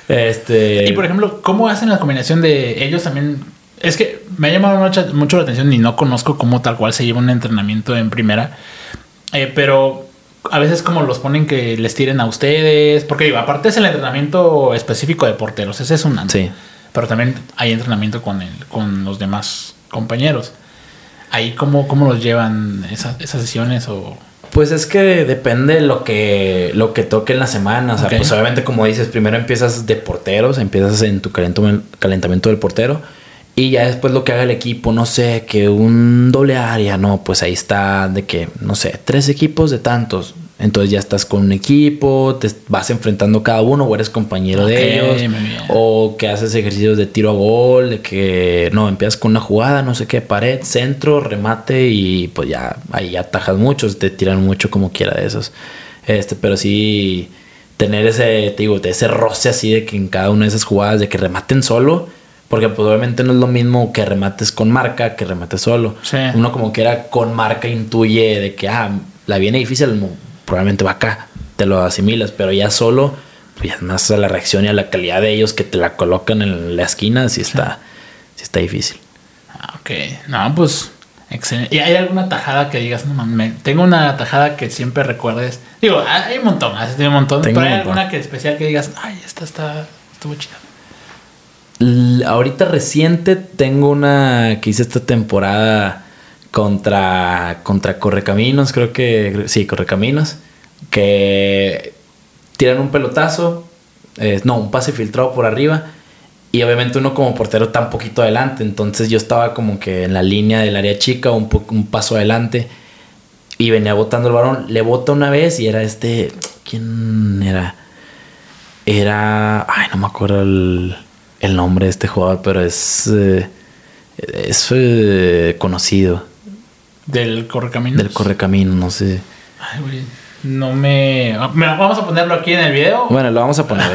Y por ejemplo, ¿cómo hacen la combinación de ellos también? Es que me ha llamado mucho la atención y no conozco cómo tal cual se lleva un entrenamiento en primera, pero a veces como los ponen que les tiren a ustedes, porque digo, aparte es el entrenamiento específico de porteros, ese es un antes, sí. Pero también hay entrenamiento con los demás compañeros. ¿Ahí cómo los llevan esas sesiones? Pues es que depende lo que toque en la semana. O sea, pues obviamente, como dices, primero empiezas de porteros, empiezas en tu calentamiento del portero. Y ya después lo que haga el equipo, no sé, que un doble área, no, pues ahí está de que, no sé, 3 equipos de tantos. Entonces ya estás con un equipo, te vas enfrentando cada uno o eres compañero de ellos. O que haces ejercicios de tiro a gol, de que no, empiezas con una jugada, no sé qué, pared, centro, remate y pues ya ahí atajas muchos, te tiran mucho como quiera de esos. Pero sí tener ese roce así de que en cada una de esas jugadas de que rematen solo, porque pues obviamente no es lo mismo que remates con marca que remates solo. Sí. Uno como quiera con marca intuye de que la viene difícil, probablemente va acá, te lo asimilas, pero ya solo, pues ya más a la reacción y a la calidad de ellos que te la colocan en la esquina, sí está difícil. Ok, no, pues excelente. ¿Y hay alguna tajada que digas, no mames, tengo una tajada que siempre recuerdes? Digo, hay un montón, pero hay alguna especial que digas, esta estuvo chida. Ahorita reciente tengo una que hice esta temporada contra Correcaminos, creo que sí, Correcaminos, que tiran un pelotazo, un pase filtrado por arriba, y obviamente uno como portero está un poquito adelante, entonces yo estaba como que en la línea del área chica, un paso adelante, y venía botando el balón, le bota una vez y era ¿quién era? No me acuerdo el nombre de este jugador, pero es conocido. ¿Del Correcaminos? Del Correcaminos, no sé. Ay, güey. No me... Vamos a ponerlo aquí en el video. Bueno, lo vamos a poner.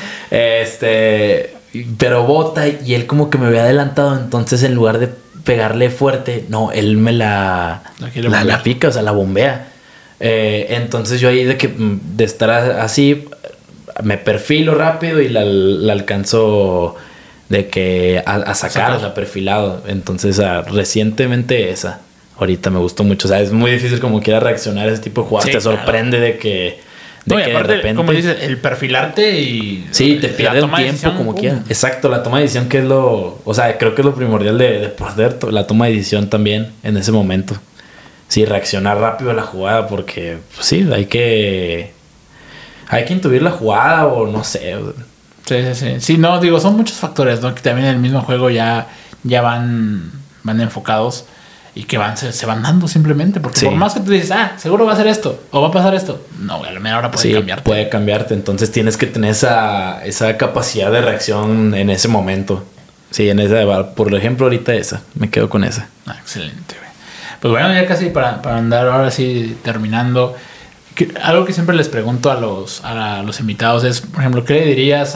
Pero bota y él como que me había adelantado. Entonces, en lugar de pegarle fuerte, no, él me la pica, o sea, la bombea. Entonces, yo ahí de estar así, me perfilo rápido y la alcanzo de que a sacar, o sea, perfilado. Entonces, recientemente ahorita me gustó mucho. O sea, es muy difícil como quiera reaccionar a ese tipo de jugadas. Sí, te sorprende de No, y aparte, de repente, como dices, el perfilarte y... Sí, te pierde el tiempo como quieras. Exacto, la toma de decisión que es lo... O sea, creo que es lo primordial de poder la toma de decisión también en ese momento. Sí, reaccionar rápido a la jugada porque, pues sí, hay que intuir la jugada o no sé. Sí. Sí, no, digo, son muchos factores, ¿no? Que también en el mismo juego ya van enfocados y que se van dando simplemente. Porque por más que tú dices, seguro va a ser esto o va a pasar esto. No, a la mera hora puede cambiarte. Puede cambiarte. Entonces tienes que tener esa capacidad de reacción en ese momento. Sí, por ejemplo, ahorita esa. Me quedo con esa. Excelente, güey. Pues bueno, ya casi para andar ahora sí terminando. Algo que siempre les pregunto a los invitados es, por ejemplo, ¿qué le dirías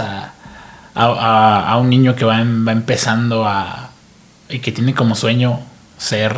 a un niño que va empezando y que tiene como sueño ser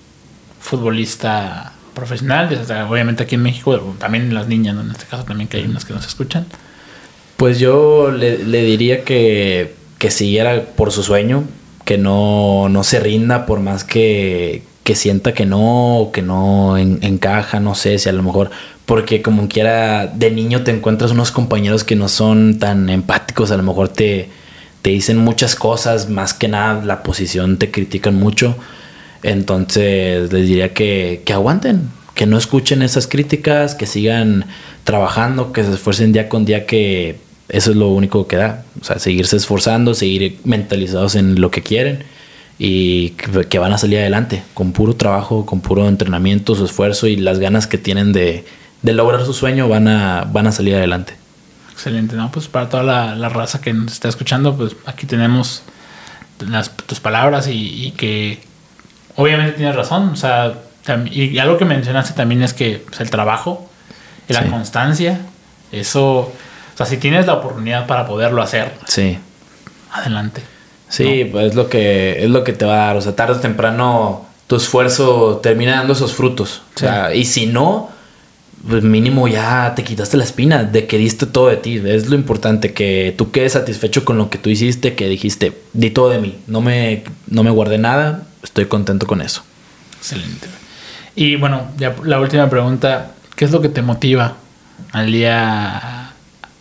futbolista profesional? Obviamente aquí en México, también las niñas, ¿no? En este caso también que hay unas que nos escuchan. Pues yo le diría que siguiera por su sueño, que no se rinda por más que sienta que no encaja, no sé si a lo mejor, porque como quiera de niño te encuentras unos compañeros que no son tan empáticos, a lo mejor te dicen muchas cosas, más que nada la posición te critican mucho, entonces les diría que aguanten, que no escuchen esas críticas, que sigan trabajando, que se esfuercen día con día, que eso es lo único que da, o sea, seguirse esforzando, seguir mentalizados en lo que quieren y que van a salir adelante con puro trabajo, con puro entrenamiento, su esfuerzo y las ganas que tienen de lograr su sueño, van a salir adelante. Excelente, ¿no? Pues para toda la raza que nos está escuchando, pues aquí tenemos tus palabras y que obviamente tienes razón, o sea, y algo que mencionaste también es que pues, el trabajo y la constancia, eso, o sea, si tienes la oportunidad para poderlo hacer, adelante. Sí, ¿no? Pues es lo que te va a dar, o sea, tarde o temprano tu esfuerzo termina dando esos frutos, o sea, y si no, pues mínimo ya te quitaste la espina de que diste todo de ti. Es lo importante, que tú quedes satisfecho con lo que tú hiciste, que dijiste, di todo de mí, no me guardé nada, estoy contento con eso. Excelente. Y bueno, ya la última pregunta, ¿qué es lo que te motiva al día?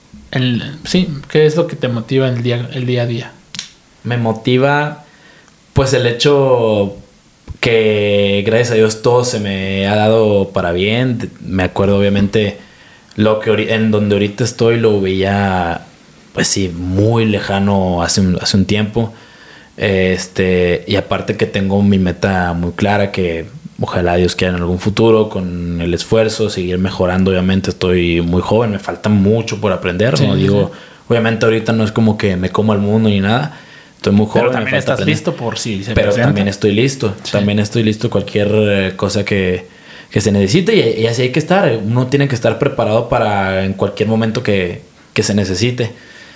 ¿Qué es lo que te motiva el día a día? Me motiva pues el hecho que gracias a Dios todo se me ha dado para bien. Me acuerdo obviamente en donde ahorita estoy lo veía pues sí muy lejano hace un tiempo, y aparte que tengo mi meta muy clara, que ojalá Dios quiera en algún futuro con el esfuerzo seguir mejorando. Obviamente estoy muy joven, me falta mucho por aprender, ¿no? Digo, obviamente ahorita no es como que me como al mundo ni nada. Estoy muy joven. Pero también estás listo por si se Pero presenta. también estoy listo. Sí. También estoy listo cualquier cosa que se necesite. Y así hay que estar. Uno tiene que estar preparado para en cualquier momento que se necesite.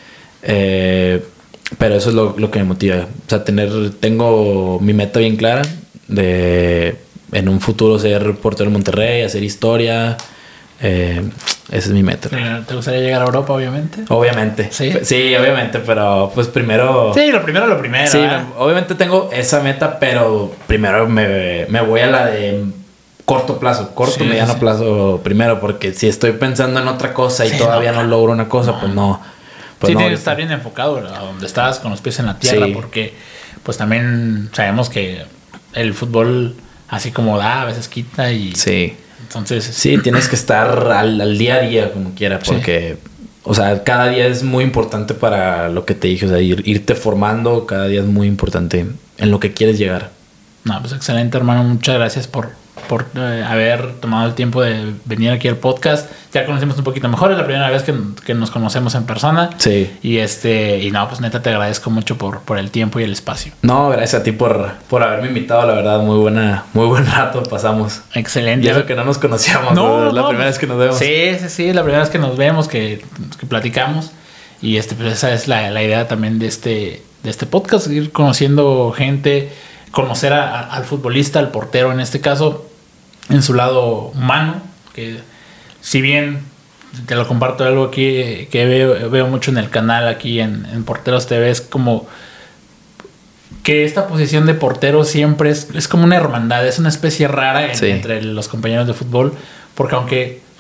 Pero eso es lo que me motiva. O sea, tengo mi meta bien clara de en un futuro ser portero en Monterrey, hacer historia. Esa es mi meta. ¿Te gustaría llegar a Europa, obviamente? Obviamente. Sí, obviamente, pero pues primero... Sí, lo primero. Sí, obviamente tengo esa meta, pero primero me voy a la de corto plazo, mediano plazo primero, porque si estoy pensando en otra cosa y todavía no logro una cosa, pues no. Pues tienes que estar bien enfocado a donde estás, con los pies en la tierra, porque pues también sabemos que el fútbol así como da, a veces quita y... Sí. Entonces, sí, tienes que estar al día a día como quiera, porque, o sea, cada día es muy importante para lo que te dije, o sea, irte formando, cada día es muy importante en lo que quieres llegar. No, pues excelente, hermano, muchas gracias por haber tomado el tiempo de venir aquí al podcast. Ya conocemos un poquito mejor, es la primera vez que nos conocemos en persona. Sí. Y no, pues neta te agradezco mucho por el tiempo y el espacio. No, gracias a ti por haberme invitado, la verdad, muy buen rato pasamos. Excelente. Y eso que no nos conocíamos, ¿no? Es la primera vez que nos vemos. Sí, la primera vez que nos vemos, que platicamos. Y pues esa es la idea también de este podcast, ir conociendo gente, conocer al futbolista, al portero en este caso, en su lado humano, que si bien te lo comparto algo aquí que veo mucho en el canal aquí en Porteros TV, es como que esta posición de portero siempre es como una hermandad, es una especie rara entre los compañeros de fútbol, porque aunque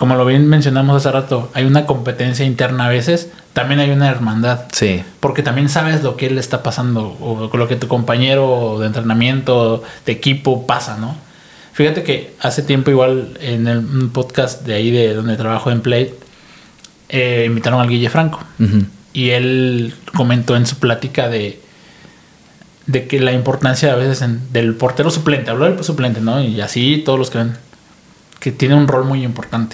como lo bien mencionamos hace rato, hay una competencia interna a veces, también hay una hermandad. Sí. Porque también sabes lo que le está pasando o lo que tu compañero de entrenamiento, de equipo pasa, ¿no? Fíjate que hace tiempo igual en un podcast de ahí de donde trabajo en Play, invitaron al Guille Franco. Uh-huh. Y él comentó en su plática de que la importancia a veces del portero suplente, habló del suplente, ¿no? Y así todos los que ven, que tiene un rol muy importante.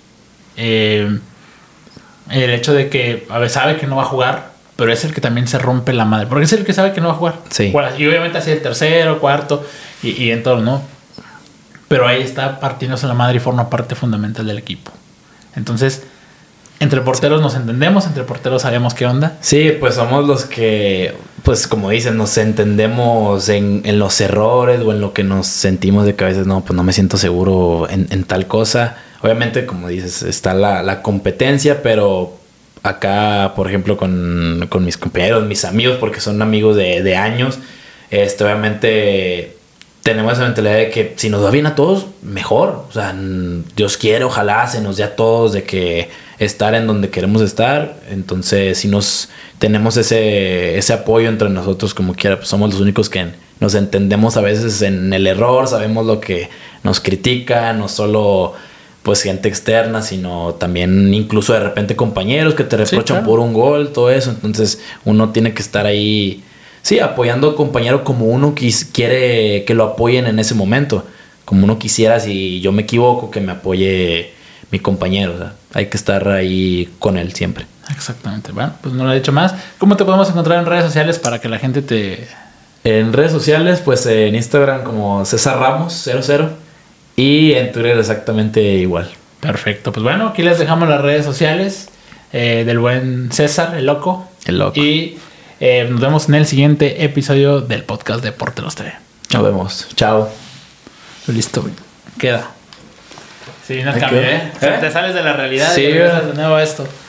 El hecho de que a veces sabe que no va a jugar, pero es el que también se rompe la madre, porque es el que sabe que no va a jugar. Sí. Y obviamente así el tercero, cuarto y en todo, ¿no? Pero ahí está partiéndose la madre y forma parte fundamental del equipo. Entonces, entre porteros nos entendemos, entre porteros sabemos qué onda. Sí, pues somos los que, pues como dicen, nos entendemos en los errores o en lo que nos sentimos de que a veces no, pues no me siento seguro en tal cosa. Obviamente, como dices, está la competencia, pero acá, por ejemplo, con mis compañeros, mis amigos, porque son amigos de años, obviamente tenemos esa mentalidad de que si nos va bien a todos, mejor. O sea, Dios quiere, ojalá se nos dé a todos de que estar en donde queremos estar. Entonces, si tenemos ese apoyo entre nosotros como quiera, pues somos los únicos que nos entendemos a veces en el error, sabemos lo que nos critica, no solo pues gente externa, sino también incluso de repente compañeros que te reprochan por un gol, todo eso. Entonces, uno tiene que estar ahí, sí, apoyando al compañero como uno quiere que lo apoyen en ese momento. Como uno quisiera, si yo me equivoco, que me apoye mi compañero. O sea, hay que estar ahí con él siempre. Exactamente. Bueno, pues no lo he dicho más. ¿Cómo te podemos encontrar en redes sociales para que la gente te... En redes sociales, pues en Instagram como César Ramos 00 y en Twitter exactamente igual. Perfecto. Pues bueno, aquí les dejamos las redes sociales del buen César, el loco. El loco. Y nos vemos en el siguiente episodio del podcast de Porteros TV. Nos vemos. Chao. Listo. Queda. Sí, no cambio, ¿eh? Te sales de la realidad y regresas de nuevo a esto.